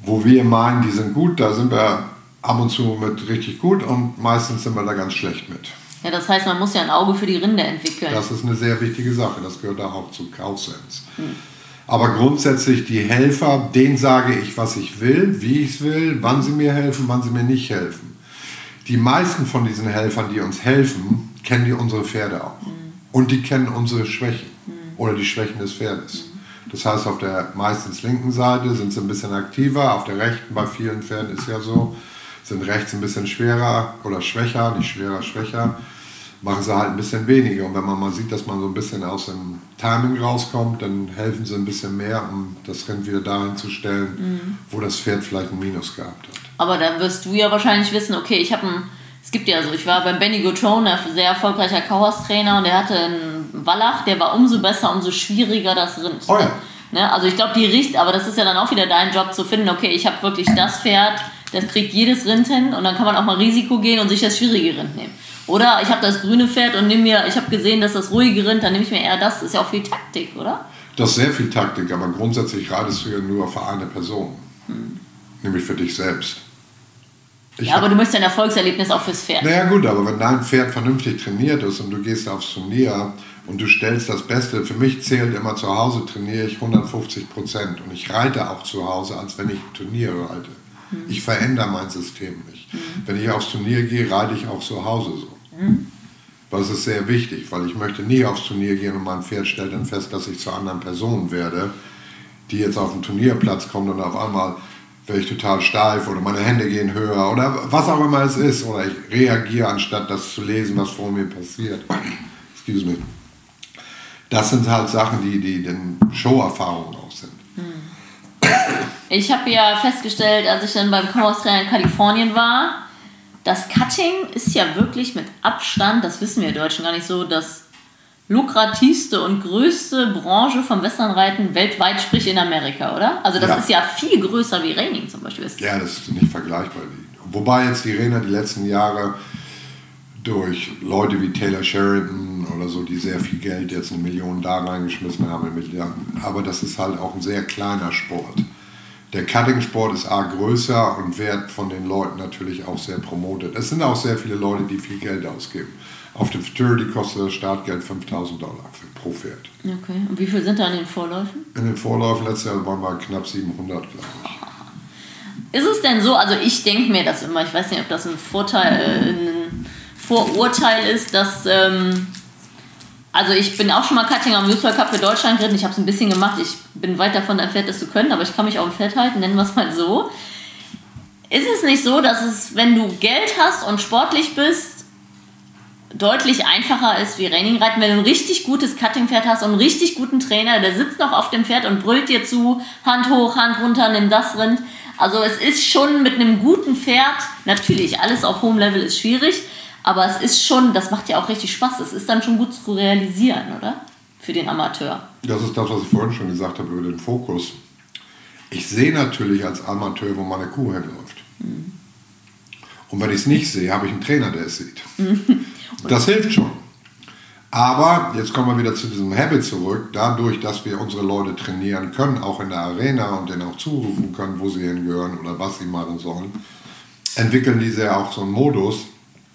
wo wir meinen, die sind gut, da sind wir ab und zu mit richtig gut und meistens sind wir da ganz schlecht mit. Ja, das heißt, man muss ja ein Auge für die Rinde entwickeln. Das ist eine sehr wichtige Sache, das gehört da auch zu Cowsense. Aber grundsätzlich die Helfer, denen sage ich, was ich will, wie ich es will, wann sie mir helfen, wann sie mir nicht helfen. Die meisten von diesen Helfern, die uns helfen, kennen die unsere Pferde auch. Und die kennen unsere Schwächen oder die Schwächen des Pferdes. Das heißt, auf der meistens linken Seite sind sie ein bisschen aktiver, auf der rechten, bei vielen Pferden ist ja so, sind rechts ein bisschen schwerer oder schwächer, nicht schwerer, schwächer, machen sie halt ein bisschen weniger. Und wenn man mal sieht, dass man so ein bisschen aus dem Timing rauskommt, dann helfen sie ein bisschen mehr, um das Rind wieder dahin zu stellen, wo das Pferd vielleicht ein Minus gehabt hat. Aber dann wirst du ja wahrscheinlich wissen, okay, ich war beim Benny Gotron, ein sehr erfolgreicher Kauhorst-Trainer, und der hatte einen Wallach, der war umso besser, umso schwieriger das Rind. Oh ja. Ne? Also ich glaube, aber das ist ja dann auch wieder dein Job zu finden, okay, ich habe wirklich das Pferd, das kriegt jedes Rind hin, und dann kann man auch mal Risiko gehen und sich das schwierige Rind nehmen. Oder ich habe das grüne Pferd und ich habe gesehen, dass das ruhige Rind, dann nehme ich mir eher das. Das ist ja auch viel Taktik, oder? Das ist sehr viel Taktik, aber grundsätzlich reitest du ja nur für eine Person. Nämlich für dich selbst. Aber du möchtest ein Erfolgserlebnis auch fürs Pferd. Naja gut, aber wenn dein Pferd vernünftig trainiert ist und du gehst aufs Turnier und du stellst das Beste, für mich zählt immer, zu Hause trainiere ich 150% und ich reite auch zu Hause, als wenn ich Turniere reite. Ich verändere mein System nicht. Wenn ich aufs Turnier gehe, reite ich auch zu Hause so. Das ist sehr wichtig, weil ich möchte nie aufs Turnier gehen und mein Pferd stellt dann fest, dass ich zur anderen Person werde, die jetzt auf den Turnierplatz kommt und auf einmal werde ich total steif oder meine Hände gehen höher oder was auch immer es ist. Oder ich reagiere, anstatt das zu lesen, was vor mir passiert. Excuse me. Das sind halt Sachen, die den Show-Erfahrungen auch sind. Ich habe ja festgestellt, als ich dann beim Kauhorst-Trainer in Kalifornien war, das Cutting ist ja wirklich mit Abstand, das wissen wir Deutschen gar nicht so, das lukrativste und größte Branche vom Westernreiten weltweit, sprich in Amerika, oder? Also das ist ja viel größer wie Reining zum Beispiel. Ja, das ist nicht vergleichbar. Wobei jetzt die Reiner die letzten Jahre durch Leute wie Taylor Sheridan oder so, die sehr viel Geld, jetzt 1 Million da reingeschmissen haben, aber das ist halt auch ein sehr kleiner Sport. Der Cutting-Sport ist größer und wird von den Leuten natürlich auch sehr promotet. Es sind auch sehr viele Leute, die viel Geld ausgeben. Auf dem Futurity kostet das Startgeld $5.000 pro Pferd. Okay, und wie viel sind da in den Vorläufen? In den Vorläufen letztes Jahr waren wir knapp 700, glaube ich. Ist es denn so, also ich denke mir das immer, ich weiß nicht, ob das ein Vorurteil ist, dass, also ich bin auch schon mal Cutting am Youth World Cup für Deutschland geritten, ich habe es ein bisschen gemacht, ich bin weit davon entfernt, das zu können, aber ich kann mich auch im Feld halten, nennen wir es mal so. Ist es nicht so, dass es, wenn du Geld hast und sportlich bist, deutlich einfacher ist wie Reining-Reiten, wenn du ein richtig gutes Cutting-Pferd hast und einen richtig guten Trainer, der sitzt noch auf dem Pferd und brüllt dir zu, Hand hoch, Hand runter, nimm das Rind. Also es ist schon mit einem guten Pferd, natürlich, alles auf hohem Level ist schwierig, aber es ist schon, das macht ja auch richtig Spaß, es ist dann schon gut zu realisieren, oder? Für den Amateur. Das ist das, was ich vorhin schon gesagt habe über den Fokus. Ich sehe natürlich als Amateur, wo meine Kuh hinläuft. Und wenn ich es nicht sehe, habe ich einen Trainer, der es sieht. Das hilft schon. Aber jetzt kommen wir wieder zu diesem Habit zurück. Dadurch, dass wir unsere Leute trainieren können, auch in der Arena und denen auch zurufen können, wo sie hingehören oder was sie machen sollen, entwickeln diese ja auch so einen Modus,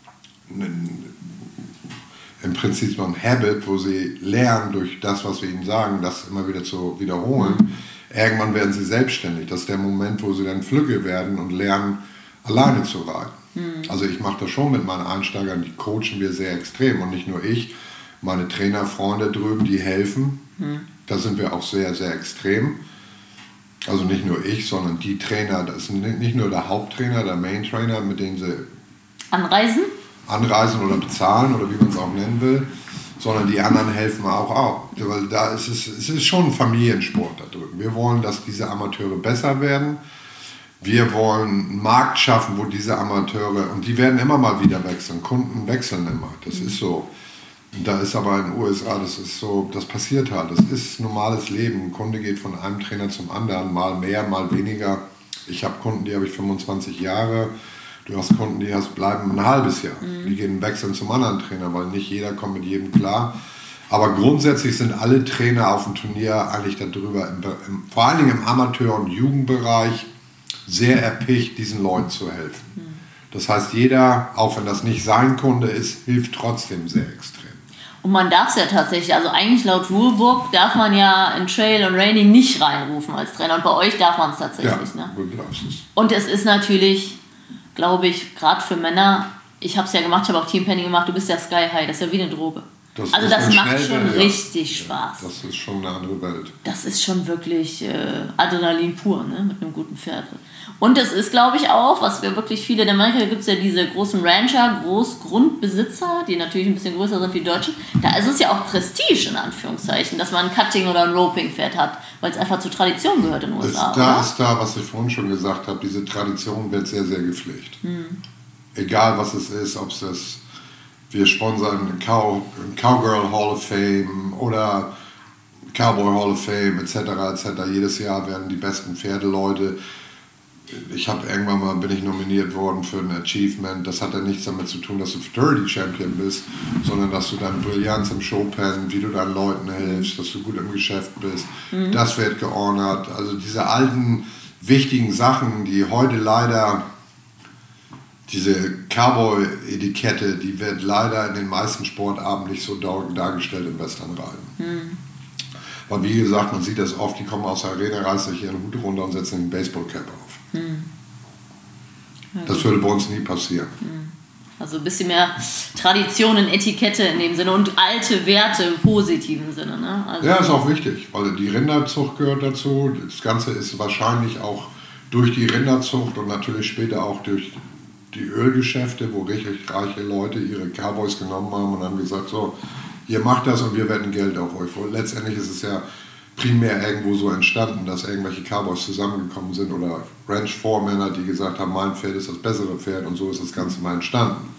im Prinzip so ein Habit, wo sie lernen, durch das, was wir ihnen sagen, das immer wieder zu wiederholen. Irgendwann werden sie selbstständig. Das ist der Moment, wo sie dann flügge werden und lernen, alleine zu reiten. Also ich mache das schon mit meinen Einsteigern, die coachen wir sehr extrem und nicht nur ich, meine Trainerfreunde drüben, die helfen, da sind wir auch sehr, sehr extrem. Also nicht nur ich, sondern die Trainer, das ist nicht nur der Haupttrainer, der Main-Trainer, mit denen sie anreisen oder bezahlen oder wie man es auch nennen will, sondern die anderen helfen auch. Weil da ist es ist schon ein Familiensport da drüben. Wir wollen, dass diese Amateure besser werden. Wir wollen einen Markt schaffen, wo diese Amateure, und die werden immer mal wieder wechseln, Kunden wechseln immer, das ist so. Da ist aber in den USA, das ist so, das passiert halt, das ist normales Leben. Ein Kunde geht von einem Trainer zum anderen, mal mehr, mal weniger. Ich habe Kunden, die habe ich 25 Jahre, du hast Kunden, die bleiben ein halbes Jahr. Die gehen wechseln zum anderen Trainer, weil nicht jeder kommt mit jedem klar. Aber grundsätzlich sind alle Trainer auf dem Turnier eigentlich darüber, vor allen Dingen im Amateur- und Jugendbereich, sehr erpicht, diesen Leuten zu helfen. Das heißt, jeder, auch wenn das nicht sein Kunde ist, hilft trotzdem sehr extrem. Und man darf es ja tatsächlich, also eigentlich laut Rulebook darf man ja in Trail und Raining nicht reinrufen als Trainer. Und bei euch darf man es tatsächlich. Ja, ne? du darfst es. Und es ist natürlich, glaube ich, gerade für Männer, ich habe es ja gemacht, ich habe auch Teampenning gemacht, du bist ja Sky High, das ist ja wie eine Droge. Also das macht schon richtig Spaß. Das ist schon eine andere Welt. Das ist schon wirklich Adrenalin pur, ne? Mit einem guten Pferd. Und es ist, glaube ich, auch, was wir wirklich viele, in Amerika gibt es ja diese großen Rancher, Großgrundbesitzer, die natürlich ein bisschen größer sind wie Deutsche. Da ist es ja auch Prestige, in Anführungszeichen, dass man ein Cutting- oder ein Roping-Pferd hat, weil es einfach zur Tradition gehört in den USA. Ist da, was ich vorhin schon gesagt habe, diese Tradition wird sehr, sehr gepflegt. Egal, was es ist, ob es das... Wir sponsern Cowgirl Hall of Fame oder Cowboy Hall of Fame etc. etc. Jedes Jahr werden die besten Pferdeleute. Bin ich nominiert worden für ein Achievement. Das hat ja nichts damit zu tun, dass du Fraternity Champion bist, sondern dass du deine Brillanz im Showpen, wie du deinen Leuten hilfst, dass du gut im Geschäft bist. Das wird geordnet. Also diese alten, wichtigen Sachen, die heute leider... Diese Cowboy-Etikette, die wird leider in den meisten Sportarten nicht so dargestellt im Westernreiten. Weil wie gesagt, man sieht das oft, die kommen aus der Arena, reißen sich ihren Hut runter und setzen den Baseballcap auf. Das würde bei uns nie passieren. Also ein bisschen mehr Tradition und Etikette in dem Sinne und alte Werte im positiven Sinne. Ne? Also ja, ist auch wichtig, weil die Rinderzucht gehört dazu. Das Ganze ist wahrscheinlich auch durch die Rinderzucht und natürlich später auch durch die Ölgeschäfte, wo richtig reiche Leute ihre Cowboys genommen haben und haben gesagt, so, ihr macht das und wir werden Geld auf euch. Letztendlich ist es ja primär irgendwo so entstanden, dass irgendwelche Cowboys zusammengekommen sind oder Ranch-Vormänner, die gesagt haben, mein Pferd ist das bessere Pferd und so ist das Ganze mal entstanden.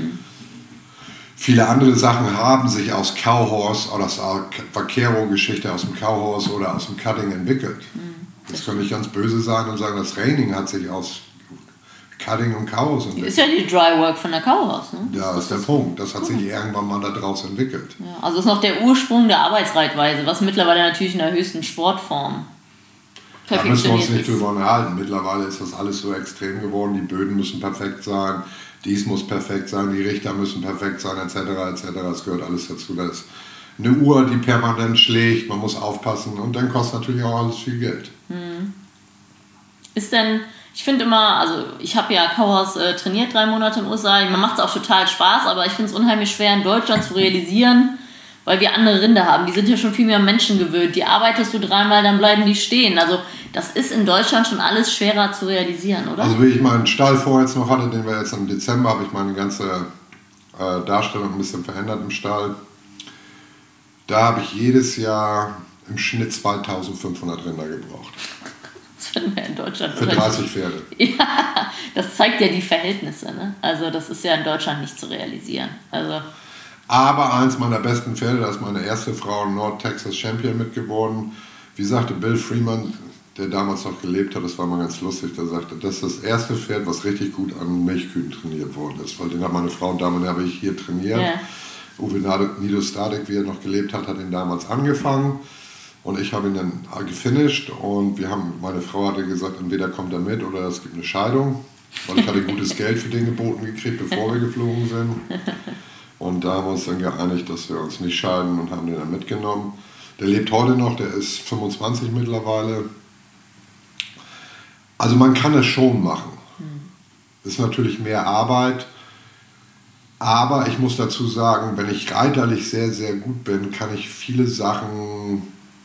Viele andere Sachen haben sich aus Cowhorse oder aus der Vaquero-Geschichte aus dem Cowhorse oder aus dem Cutting entwickelt. Jetzt könnte ich ganz böse sein und sagen, das Reining hat sich aus Cutting und Cowhorse entwickelt. Ist ja die Dry Work von der Cowhorse. Ne? Ja, das ist der Punkt. Das hat sich irgendwann mal daraus entwickelt. Ja, also ist noch der Ursprung der Arbeitsreitweise, was mittlerweile natürlich in der höchsten Sportform da müssen wir uns nicht drüber unterhalten. Mittlerweile ist das alles so extrem geworden. Die Böden müssen perfekt sein, dies muss perfekt sein, die Richter müssen perfekt sein, etc. etc. Das gehört alles dazu. Das ist eine Uhr, die permanent schlägt, man muss aufpassen und dann kostet natürlich auch alles viel Geld. Ist denn... Ich finde immer, also ich habe ja Cowhorse trainiert 3 Monate in den USA, mir macht es auch total Spaß, aber ich finde es unheimlich schwer in Deutschland zu realisieren, weil wir andere Rinder haben. Die sind ja schon viel mehr Menschen gewöhnt. Die arbeitest du 3-mal, dann bleiben die stehen. Also das ist in Deutschland schon alles schwerer zu realisieren, oder? Also wie ich meinen Stall vorher jetzt noch hatte, den wir jetzt im Dezember, habe ich meine ganze Darstellung ein bisschen verändert im Stall. Da habe ich jedes Jahr im Schnitt 2500 Rinder gebraucht. In Deutschland. Für 30 Pferde. Ja, das zeigt ja die Verhältnisse. Ne? Also das ist ja in Deutschland nicht zu realisieren. Also aber eins meiner besten Pferde, da ist meine erste Frau North Texas Champion mitgeworden. Wie sagte Bill Freeman, der damals noch gelebt hat, das war mal ganz lustig, der sagte, das ist das erste Pferd, was richtig gut an Milchkühen trainiert worden ist. Weil den hat meine Frau damals habe ich hier trainiert. Ja. Uwe Nido Stadik, wie er noch gelebt hat, hat ihn damals angefangen. Und ich habe ihn dann gefinisht und meine Frau hatte gesagt, entweder kommt er mit oder es gibt eine Scheidung, weil ich hatte gutes Geld für den geboten gekriegt, bevor wir geflogen sind. Und da haben wir uns dann geeinigt, dass wir uns nicht scheiden und haben den dann mitgenommen. Der lebt heute noch, der ist 25 mittlerweile. Also man kann es schon machen. Ist natürlich mehr Arbeit. Aber ich muss dazu sagen, wenn ich reiterlich sehr, sehr gut bin, kann ich viele Sachen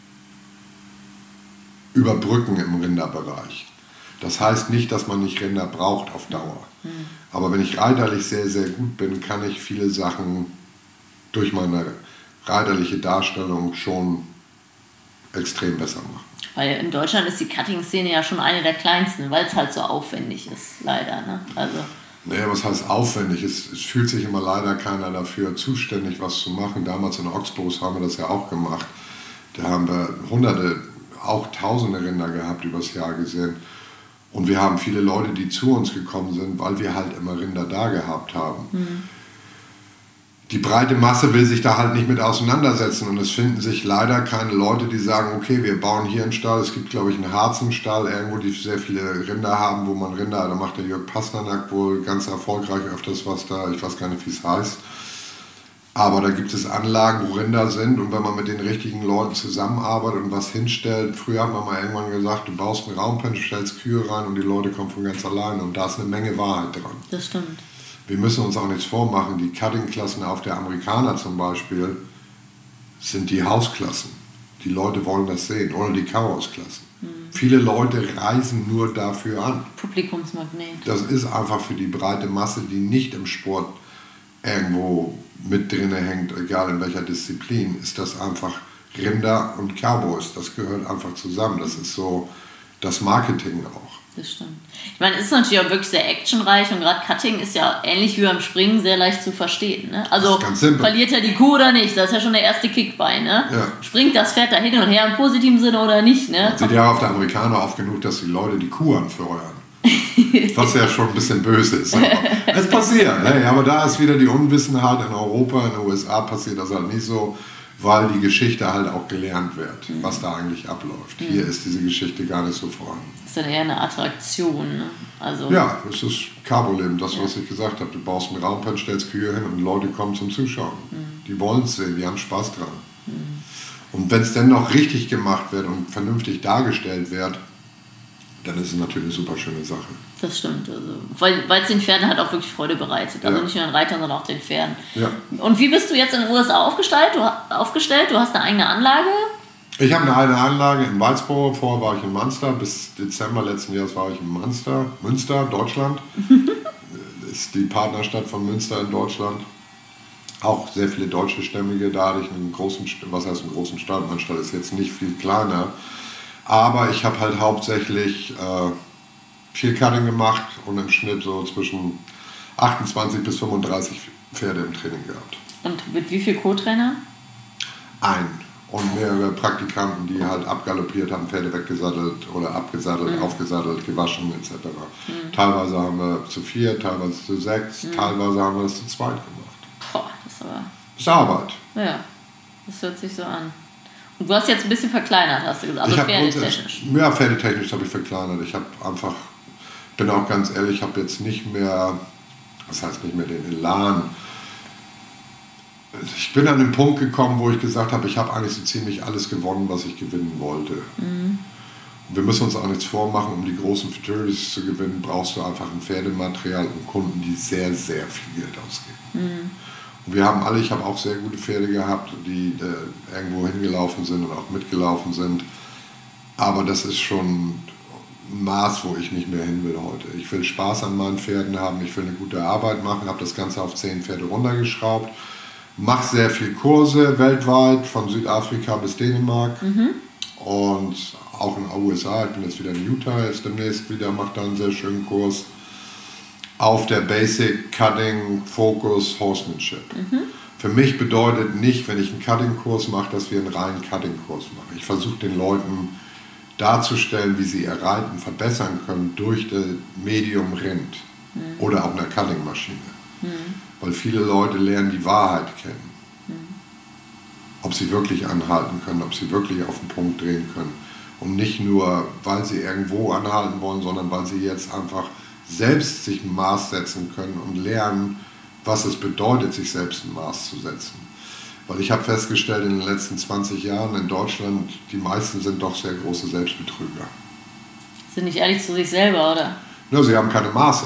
überbrücken im Rinderbereich. Das heißt nicht, dass man nicht Rinder braucht auf Dauer. Aber wenn ich reiterlich sehr, sehr gut bin, kann ich viele Sachen durch meine reiterliche Darstellung schon extrem besser machen. Weil in Deutschland ist die Cutting-Szene ja schon eine der kleinsten, weil es halt so aufwendig ist, leider. Ne? Also naja, was heißt aufwendig? Es fühlt sich immer leider keiner dafür zuständig, was zu machen. Damals in Oxbows haben wir das ja auch gemacht. Da haben wir Hunderte, auch Tausende Rinder gehabt übers Jahr gesehen. Und wir haben viele Leute, die zu uns gekommen sind, weil wir halt immer Rinder da gehabt haben. die breite Masse will sich da halt nicht mit auseinandersetzen und es finden sich leider keine Leute, die sagen, okay, wir bauen hier einen Stall. Es gibt, glaube ich, einen Harzenstall irgendwo, die sehr viele Rinder haben, wo man Rinder, da macht der Jörg Pasternak wohl ganz erfolgreich öfters was da, ich weiß gar nicht, wie es heißt. Aber da gibt es Anlagen, wo Rinder sind und wenn man mit den richtigen Leuten zusammenarbeitet und was hinstellt, früher hat man mal irgendwann gesagt, du baust einen Raumpen, stellst Kühe rein und die Leute kommen von ganz alleine und da ist eine Menge Wahrheit dran. Das stimmt. Wir müssen uns auch nichts vormachen, die Cutting-Klassen auf der Amerikaner zum Beispiel sind die Hausklassen. Die Leute wollen das sehen, oder die Chaos-Klassen. Viele Leute reisen nur dafür an. Publikumsmagnet. Das ist einfach für die breite Masse, die nicht im Sport irgendwo mit drin hängt, egal in welcher Disziplin, ist das einfach Rinder und Cowboys. Das gehört einfach zusammen. Das ist so das Marketing auch. Das stimmt. Ich meine, es ist natürlich auch wirklich sehr actionreich und gerade Cutting ist ja ähnlich wie beim Springen sehr leicht zu verstehen. Ne? Also verliert er die Kuh oder nicht? Das ist ja schon der erste Kickbein. Ne? Ja. Springt das Pferd da hin und her im positiven Sinne oder nicht? Ne? Man sieht ja auf der Amerikaner oft genug, dass die Leute die Kuh anfeuern. Was ja schon ein bisschen böse ist. Aber es passiert. Ne? Aber da ist wieder die Unwissenheit in Europa, in den USA passiert das halt nicht so, weil die Geschichte halt auch gelernt wird, was da eigentlich abläuft. Hier ist diese Geschichte gar nicht so vorhanden. Das ist dann eher eine Attraktion. Ne? Also ja, es ist Carboleben, das, was ich gesagt habe. Du baust einen Raumpen, stellst Kühe hin und Leute kommen zum Zuschauen. Die wollen es sehen, die haben Spaß dran. Und wenn es dann noch richtig gemacht wird und vernünftig dargestellt wird, dann ist es natürlich eine super schöne Sache. Das stimmt, also, weil es den Pferden halt auch wirklich Freude bereitet. Also nicht nur den Reitern, sondern auch den Pferden. Ja. Und wie bist du jetzt in den USA aufgestellt? Du hast eine eigene Anlage? Ich habe eine eigene Anlage in Walsboro. Vorher war ich in Munster. Bis Dezember letzten Jahres war ich in Münster, Deutschland. Ist die Partnerstadt von Münster in Deutschland. Auch sehr viele deutsche Stämmige. Da hatte ich einen großen, was heißt einen großen Stall? Mein Stall ist jetzt nicht viel kleiner. Aber ich habe halt hauptsächlich viel Cutting gemacht und im Schnitt so zwischen 28 bis 35 Pferde im Training gehabt. Und mit wie viel Co-Trainer? Und mehrere Praktikanten, die halt abgaloppiert haben, Pferde weggesattelt oder abgesattelt, aufgesattelt, gewaschen etc. Teilweise haben wir zu 4, teilweise zu 6, teilweise haben wir das zu 2 gemacht. Boah, das ist aber... Das ist Arbeit. Ja, das hört sich so an. Und du hast jetzt ein bisschen verkleinert, hast du gesagt, also pferdetechnisch. Ja, pferdetechnisch habe ich verkleinert. Ich habe einfach, bin auch ganz ehrlich, ich habe jetzt nicht mehr, was heißt nicht mehr den Elan. Ich bin an den Punkt gekommen, wo ich gesagt habe, ich habe eigentlich so ziemlich alles gewonnen, was ich gewinnen wollte. Und wir müssen uns auch nichts vormachen, um die großen Futurities zu gewinnen, brauchst du einfach ein Pferdematerial und Kunden, die sehr, sehr viel Geld ausgeben. Und wir haben alle, ich habe auch sehr gute Pferde gehabt, die irgendwo hingelaufen sind und auch mitgelaufen sind. Aber das ist schon ein Maß, wo ich nicht mehr hin will heute. Ich will Spaß an meinen Pferden haben, ich will eine gute Arbeit machen, habe das Ganze auf 10 Pferde runtergeschraubt. Mache sehr viel Kurse weltweit, von Südafrika bis Dänemark und auch in den USA. Ich bin jetzt wieder in Utah, jetzt demnächst wieder, mache da einen sehr schönen Kurs auf der Basic Cutting Focus Horsemanship. Für mich bedeutet nicht, wenn ich einen Cutting-Kurs mache, dass wir einen reinen Cutting-Kurs machen. Ich versuche den Leuten darzustellen, wie sie ihr Reiten verbessern können durch das Medium Rind oder auch eine Cutting-Maschine. Weil viele Leute lernen die Wahrheit kennen. Ob sie wirklich anhalten können, ob sie wirklich auf den Punkt drehen können. Und nicht nur, weil sie irgendwo anhalten wollen, sondern weil sie jetzt einfach selbst sich ein Maß setzen können und lernen, was es bedeutet, sich selbst ein Maß zu setzen. Weil ich habe festgestellt, in den letzten 20 Jahren in Deutschland, die meisten sind doch sehr große Selbstbetrüger. Sind nicht ehrlich zu sich selber, oder? Ja, sie haben keine Maße.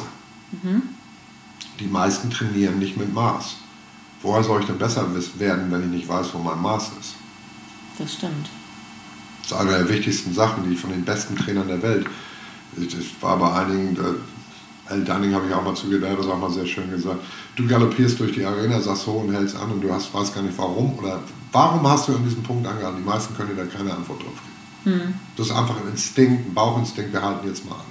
Die meisten trainieren nicht mit Maß. Woher soll ich denn besser werden, wenn ich nicht weiß, wo mein Maß ist? Das stimmt. Das ist eine der wichtigsten Sachen, die von den besten Trainern der Welt. Das war bei einigen, Al Dunning habe ich auch mal zugehört, der hat das auch mal sehr schön gesagt. Du galoppierst durch die Arena, sagst so und hältst an und du weißt gar nicht warum. Oder warum hast du an diesem Punkt angehalten? Die meisten können dir da keine Antwort drauf geben. Das ist einfach ein Instinkt, ein Bauchinstinkt, wir halten jetzt mal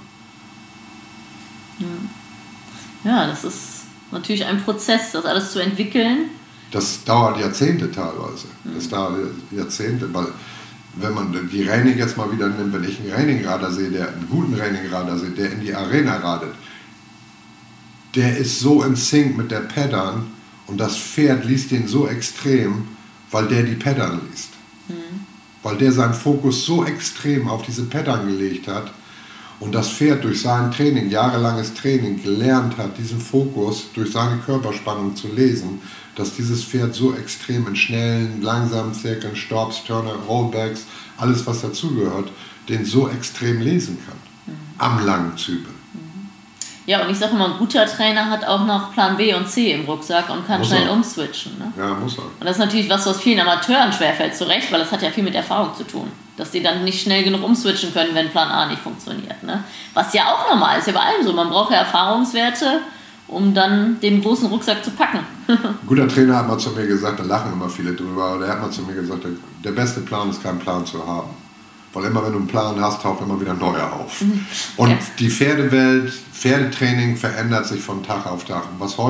an. Ja, das ist natürlich ein Prozess, das alles zu entwickeln. Das dauert Jahrzehnte teilweise. Das dauert Jahrzehnte, weil wenn man die Reining jetzt mal wieder nimmt, wenn ich einen Reiningrader sehe, einen guten Reiningrader sehe, der in die Arena radet, der ist so in Sync mit der Pattern und das Pferd liest den so extrem, weil der die Pattern liest. Weil der seinen Fokus so extrem auf diese Pattern gelegt hat und das Pferd durch sein Training, jahrelanges Training, gelernt hat, diesen Fokus durch seine Körperspannung zu lesen, dass dieses Pferd so extrem in schnellen, langsamen Zirkeln, Stops, Turner, Rollbacks, alles was dazugehört, den so extrem lesen kann. Am langen Zügel. Ja, und ich sage immer, ein guter Trainer hat auch noch Plan B und C im Rucksack und kann schnell umswitchen. Ne? Ja, muss er. Und das ist natürlich was vielen Amateuren schwerfällt, zu Recht, weil das hat ja viel mit Erfahrung zu tun. Dass die dann nicht schnell genug umswitchen können, wenn Plan A nicht funktioniert. Ne? Was ja auch normal ist, ja bei allem so. Man braucht ja Erfahrungswerte, um dann den großen Rucksack zu packen. Ein guter Trainer hat mal zu mir gesagt, da lachen immer viele drüber, aber der hat mal zu mir gesagt, der beste Plan ist, keinen Plan zu haben. Weil immer, wenn du einen Plan hast, taucht immer wieder ein neuer auf. Und ja. Die Pferdewelt, Pferdetraining verändert sich von Tag auf Tag. Und was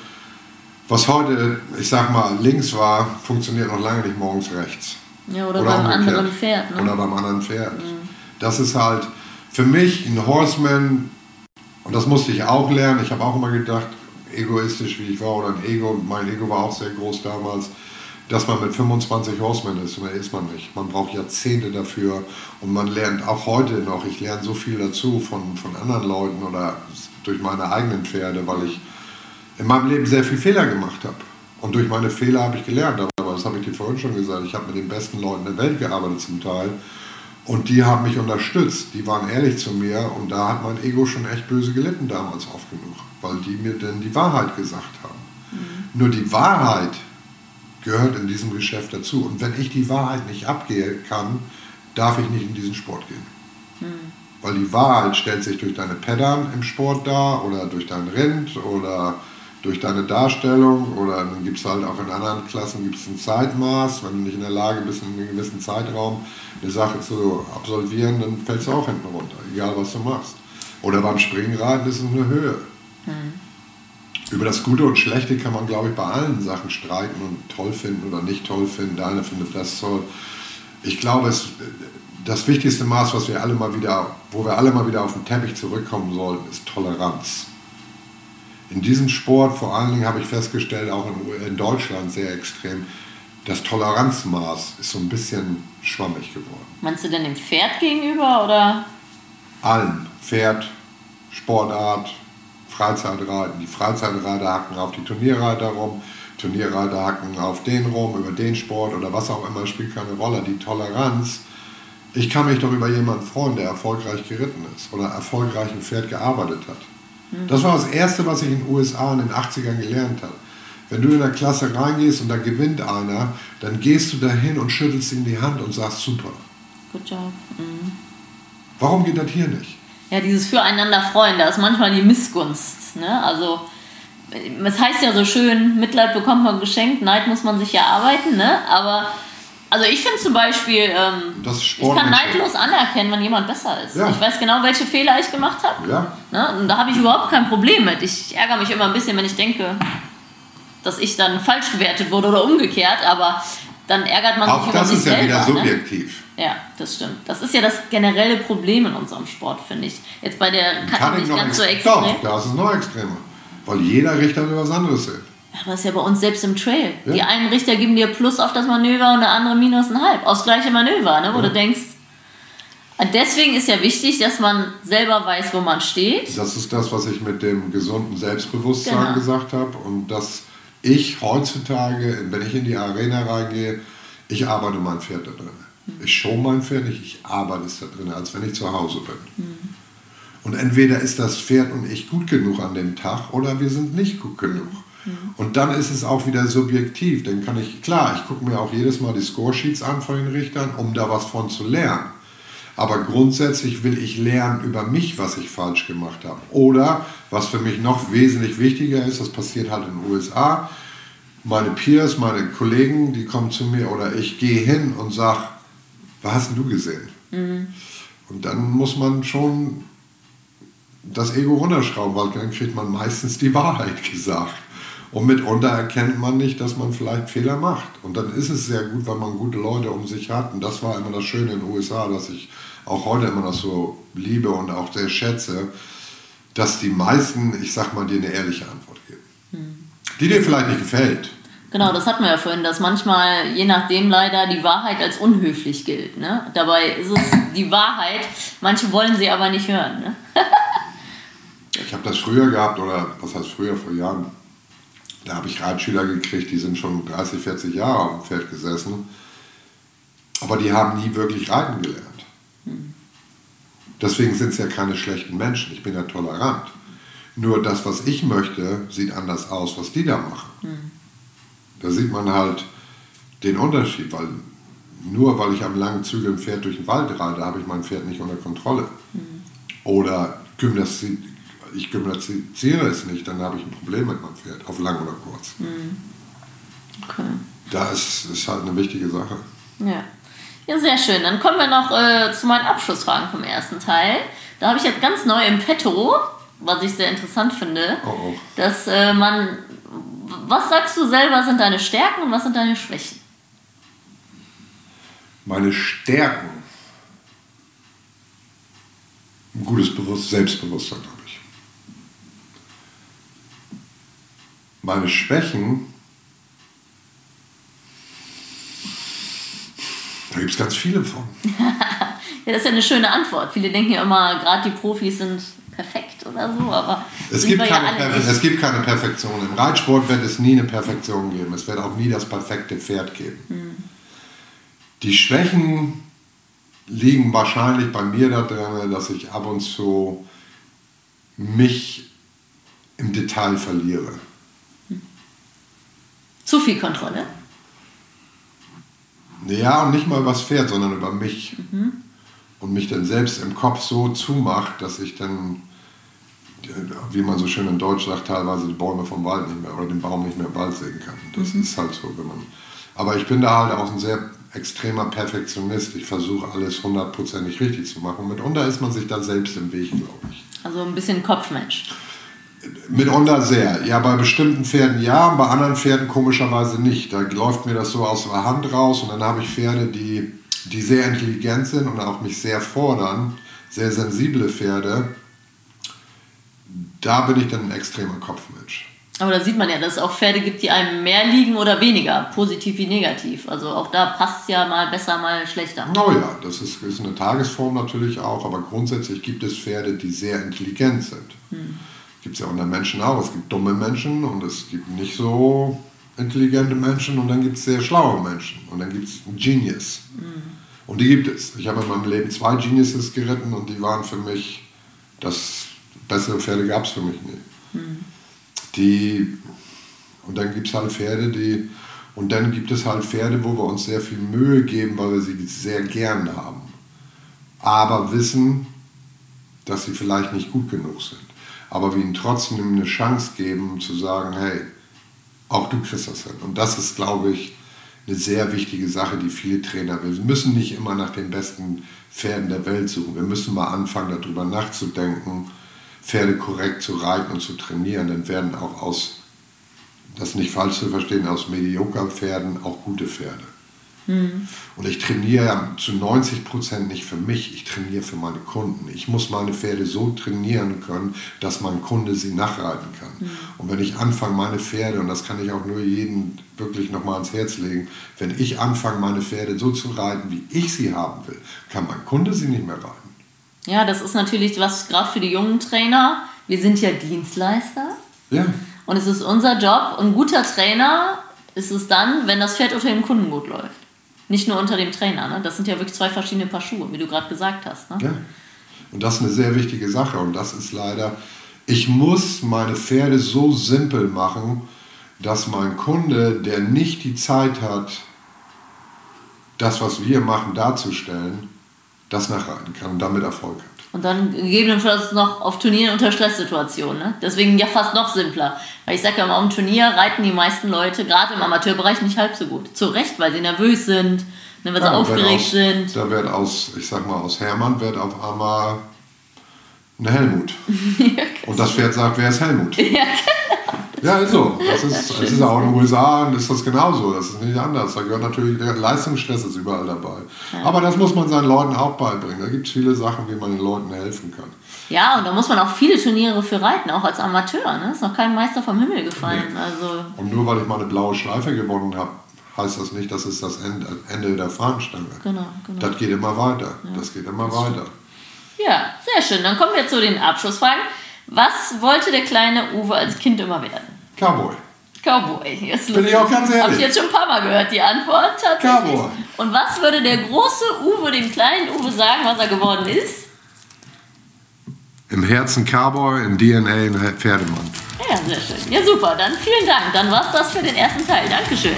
heute, ich sag mal, links war, funktioniert noch lange nicht morgens rechts. Ja, oder beim anderen Pferd. Ne? Oder beim anderen Pferd. Das ist halt für mich ein Horseman, und das musste ich auch lernen. Ich habe auch immer gedacht, egoistisch wie ich war, oder ein Ego, mein Ego war auch sehr groß damals, dass man mit 25 Horsemen ist, und da ist man nicht. Man braucht Jahrzehnte dafür und man lernt auch heute noch, ich lerne so viel dazu von anderen Leuten oder durch meine eigenen Pferde, weil ich in meinem Leben sehr viel Fehler gemacht habe. Und durch meine Fehler habe ich gelernt, aber das habe ich dir vorhin schon gesagt, ich habe mit den besten Leuten der Welt gearbeitet zum Teil und die haben mich unterstützt, die waren ehrlich zu mir und da hat mein Ego schon echt böse gelitten damals oft genug, weil die mir dann die Wahrheit gesagt haben. Nur die Wahrheit gehört in diesem Geschäft dazu. Und wenn ich die Wahrheit nicht abgehen kann, darf ich nicht in diesen Sport gehen. Weil die Wahrheit stellt sich durch deine Pattern im Sport dar oder durch dein Rind oder durch deine Darstellung oder dann gibt es halt auch in anderen Klassen gibt's ein Zeitmaß. Wenn du nicht in der Lage bist, in einem gewissen Zeitraum eine Sache zu absolvieren, dann fällst du auch hinten runter, egal was du machst. Oder beim Springreiten ist es eine Höhe. Über das Gute und Schlechte kann man, glaube ich, bei allen Sachen streiten und toll finden oder nicht toll finden. Der eine findet das toll. Ich glaube, das wichtigste Maß, wo wir alle mal wieder auf den Teppich zurückkommen sollten, ist Toleranz. In diesem Sport, vor allen Dingen habe ich festgestellt, auch in Deutschland sehr extrem, das Toleranzmaß ist so ein bisschen schwammig geworden. Meinst du denn dem Pferd gegenüber oder? Allen. Pferd, Sportart, Freizeitreiten. Die Freizeitreiter hacken auf die Turnierreiter rum, Turnierreiter hacken auf den rum, über den Sport oder was auch immer, spielt keine Rolle. Die Toleranz, ich kann mich doch über jemanden freuen, der erfolgreich geritten ist oder erfolgreich ein Pferd gearbeitet hat. Das war das Erste, was ich in den USA in den 80ern gelernt habe. Wenn du in der Klasse reingehst und da gewinnt einer, dann gehst du dahin und schüttelst ihm die Hand und sagst, super. Good job. Warum geht das hier nicht? Ja, dieses Füreinander freuen, da ist manchmal die Missgunst. Ne? Also, es heißt ja so schön, Mitleid bekommt man geschenkt, Neid muss man sich erarbeiten. Ne? Aber, also ich finde zum Beispiel, ich kann neidlos anerkennen, wenn jemand besser ist. Ja. Ich weiß genau, welche Fehler ich gemacht habe. Ja. Ne? Und da habe ich überhaupt kein Problem mit. Ich ärgere mich immer ein bisschen, wenn ich denke, dass ich dann falsch gewertet wurde oder umgekehrt, aber dann ärgert man sich über sich selber. Auch das ist ja wieder subjektiv. Ne? Ja, das stimmt. Das ist ja das generelle Problem in unserem Sport, finde ich. Jetzt bei der Cutting nicht ganz so extrem. Doch, da ist es noch extremer. Weil jeder Richter will was anderes sehen. Aber das ist ja bei uns selbst im Trail. Ja. Die einen Richter geben dir Plus auf das Manöver und der andere -1,5. Aufs gleiche Manöver, ne? Wo du denkst. Und deswegen ist ja wichtig, dass man selber weiß, wo man steht. Das ist das, was ich mit dem gesunden Selbstbewusstsein gesagt habe. Und dass ich heutzutage, wenn ich in die Arena reingehe, ich arbeite mein Pferd da drin. Ich show mein Pferd nicht, ich arbeite es da drin, als wenn ich zu Hause bin. Und entweder ist das Pferd und ich gut genug an dem Tag oder wir sind nicht gut genug. Und dann ist es auch wieder subjektiv. Dann kann ich gucke mir auch jedes Mal die Scoresheets an von den Richtern, um da was von zu lernen. Aber grundsätzlich will ich lernen über mich, was ich falsch gemacht habe. Oder, was für mich noch wesentlich wichtiger ist, das passiert halt in den USA, meine Peers, meine Kollegen, die kommen zu mir oder ich gehe hin und sage, was hast denn du gesehen? Und dann muss man schon das Ego runterschrauben, weil dann kriegt man meistens die Wahrheit gesagt. Und mitunter erkennt man nicht, dass man vielleicht Fehler macht. Und dann ist es sehr gut, wenn man gute Leute um sich hat. Und das war immer das Schöne in den USA, dass ich auch heute immer noch so liebe und auch sehr schätze, dass die meisten, ich sag mal, dir eine ehrliche Antwort geben. Die dir vielleicht nicht gefällt. Genau, das hatten wir ja vorhin, dass manchmal, je nachdem leider, die Wahrheit als unhöflich gilt. Ne? Dabei ist es die Wahrheit, manche wollen sie aber nicht hören. Ne? Ich habe das früher gehabt, oder was heißt früher, vor Jahren. Da habe ich Reitschüler gekriegt, die sind schon 30, 40 Jahre auf dem Pferd gesessen. Aber die haben nie wirklich reiten gelernt. Deswegen sind es ja keine schlechten Menschen. Ich bin ja tolerant. Nur das, was ich möchte, sieht anders aus, was die da machen. Da sieht man halt den Unterschied, weil nur weil ich am langen Zügel ein Pferd durch den Wald reite, habe ich mein Pferd nicht unter Kontrolle. Oder ich gymnastiziere es nicht, dann habe ich ein Problem mit meinem Pferd, auf lang oder kurz. Okay. Das ist halt eine wichtige Sache. Ja. Ja, sehr schön. Dann kommen wir noch zu meinen Abschlussfragen vom ersten Teil. Da habe ich jetzt ganz neu im Petto, was ich sehr interessant finde, dass was sagst du selber sind deine Stärken und was sind deine Schwächen? Meine Stärken? Ein gutes Selbstbewusstsein habe ich. Meine Schwächen? Da gibt es ganz viele von. Ja, das ist ja eine schöne Antwort. Viele denken ja immer, gerade die Profis sind perfekt oder so, aber es gibt keine Perfektion. Im Reitsport wird es nie eine Perfektion geben. Es wird auch nie das perfekte Pferd geben. Die Schwächen liegen wahrscheinlich bei mir darin, dass ich ab und zu mich im Detail verliere. Zu viel Kontrolle? Ja, und nicht mal über das Pferd, sondern über mich. Und mich dann selbst im Kopf so zumacht, dass ich dann, wie man so schön in Deutsch sagt, teilweise die Bäume vom Wald nicht mehr oder den Baum nicht mehr im Wald sehen kann. Das ist halt so, aber ich bin da halt auch ein sehr extremer Perfektionist. Ich versuche alles 100%ig richtig zu machen. Mitunter ist man sich da selbst im Weg, glaube ich. Also ein bisschen Kopfmensch. Mitunter sehr. Ja, bei bestimmten Pferden ja, bei anderen Pferden komischerweise nicht. Da läuft mir das so aus der Hand raus und dann habe ich Pferde, die sehr intelligent sind und auch mich sehr fordern, sehr sensible Pferde. Da bin ich dann ein extremer Kopfmensch. Aber da sieht man ja, dass es auch Pferde gibt, die einem mehr liegen oder weniger, positiv wie negativ. Also auch da passt es ja mal besser, mal schlechter. Oh ja, das ist eine Tagesform natürlich auch, aber grundsätzlich gibt es Pferde, die sehr intelligent sind. Gibt es ja unter Menschen auch. Es gibt dumme Menschen und es gibt nicht so intelligente Menschen und dann gibt es sehr schlaue Menschen und dann gibt es einen Genius. Und die gibt es. Ich habe in meinem Leben 2 Geniuses geritten und die waren für mich, bessere Pferde gab es für mich nicht. Und dann gibt es halt Pferde, wo wir uns sehr viel Mühe geben, weil wir sie sehr gern haben. Aber wissen, dass sie vielleicht nicht gut genug sind. Aber wir ihnen trotzdem eine Chance geben, zu sagen, hey, auch du kriegst das hin. Und das ist, glaube ich, eine sehr wichtige Sache, die viele Trainer will. Wir müssen nicht immer nach den besten Pferden der Welt suchen. Wir müssen mal anfangen, darüber nachzudenken, Pferde korrekt zu reiten und zu trainieren. Dann werden auch das nicht falsch zu verstehen, aus mediocre Pferden auch gute Pferde. Und ich trainiere zu 90% nicht für mich, ich trainiere für meine Kunden. Ich muss meine Pferde so trainieren können, dass mein Kunde sie nachreiten kann. Und wenn ich anfange, meine Pferde, und das kann ich auch nur jedem wirklich nochmal ans Herz legen, wenn ich anfange, meine Pferde so zu reiten, wie ich sie haben will, kann mein Kunde sie nicht mehr reiten. Ja, das ist natürlich was, gerade für die jungen Trainer, wir sind ja Dienstleister. Ja. Und es ist unser Job, ein guter Trainer ist es dann, wenn das Pferd unter dem Kunden gut läuft. Nicht nur unter dem Trainer, ne? Das sind ja wirklich 2 verschiedene Paar Schuhe, wie du gerade gesagt hast. Ne? Ja, und das ist eine sehr wichtige Sache. Und das ist leider, ich muss meine Pferde so simpel machen, dass mein Kunde, der nicht die Zeit hat, das, was wir machen, darzustellen, das nachreiten kann und damit Erfolg hat. Und dann gegebenenfalls noch auf Turnieren unter Stresssituationen. Ne? Deswegen ja fast noch simpler. Weil ich sage ja immer, am Turnier reiten die meisten Leute, gerade im Amateurbereich, nicht halb so gut. Zu Recht, weil sie nervös sind, weil sie aufgeregt sind. Da wird aus Hermann wird auf einmal ein Helmut. Ja, und das Pferd sagt, wer ist Helmut? Ja, genau. Ja, ist so. Das ist auch in den USA und ist das genauso. Das ist nicht anders. Da gehört natürlich, der Leistungsstress ist überall dabei. Ja. Aber das muss man seinen Leuten auch beibringen. Da gibt es viele Sachen, wie man den Leuten helfen kann. Ja, und da muss man auch viele Turniere für reiten, auch als Amateur. Ne? Ist noch kein Meister vom Himmel gefallen. Nee. Also und nur weil ich mal eine blaue Schleife gewonnen habe, heißt das nicht, dass es das Ende der Fahnenstange. Genau. Das geht immer weiter. Ja, das geht immer weiter. Ja, sehr schön. Dann kommen wir zu den Abschlussfragen. Was wollte der kleine Uwe als Kind immer werden? Cowboy. Jetzt bin ich auch ganz ehrlich. Habe ich jetzt schon ein paar Mal gehört, die Antwort tatsächlich. Cowboy. Und was würde der große Uwe dem kleinen Uwe sagen, was er geworden ist? Im Herzen Cowboy, im DNA ein Pferdemann. Ja, sehr schön. Ja, super. Dann vielen Dank. Dann war's das für den ersten Teil. Dankeschön.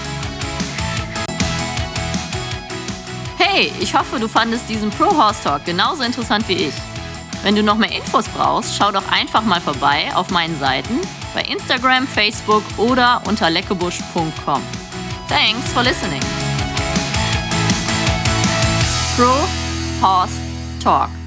Hey, ich hoffe, du fandest diesen Pro Horse Talk genauso interessant wie ich. Wenn du noch mehr Infos brauchst, schau doch einfach mal vorbei auf meinen Seiten bei Instagram, Facebook oder unter leckebusch.com. Thanks for listening. Pro Horse Talk.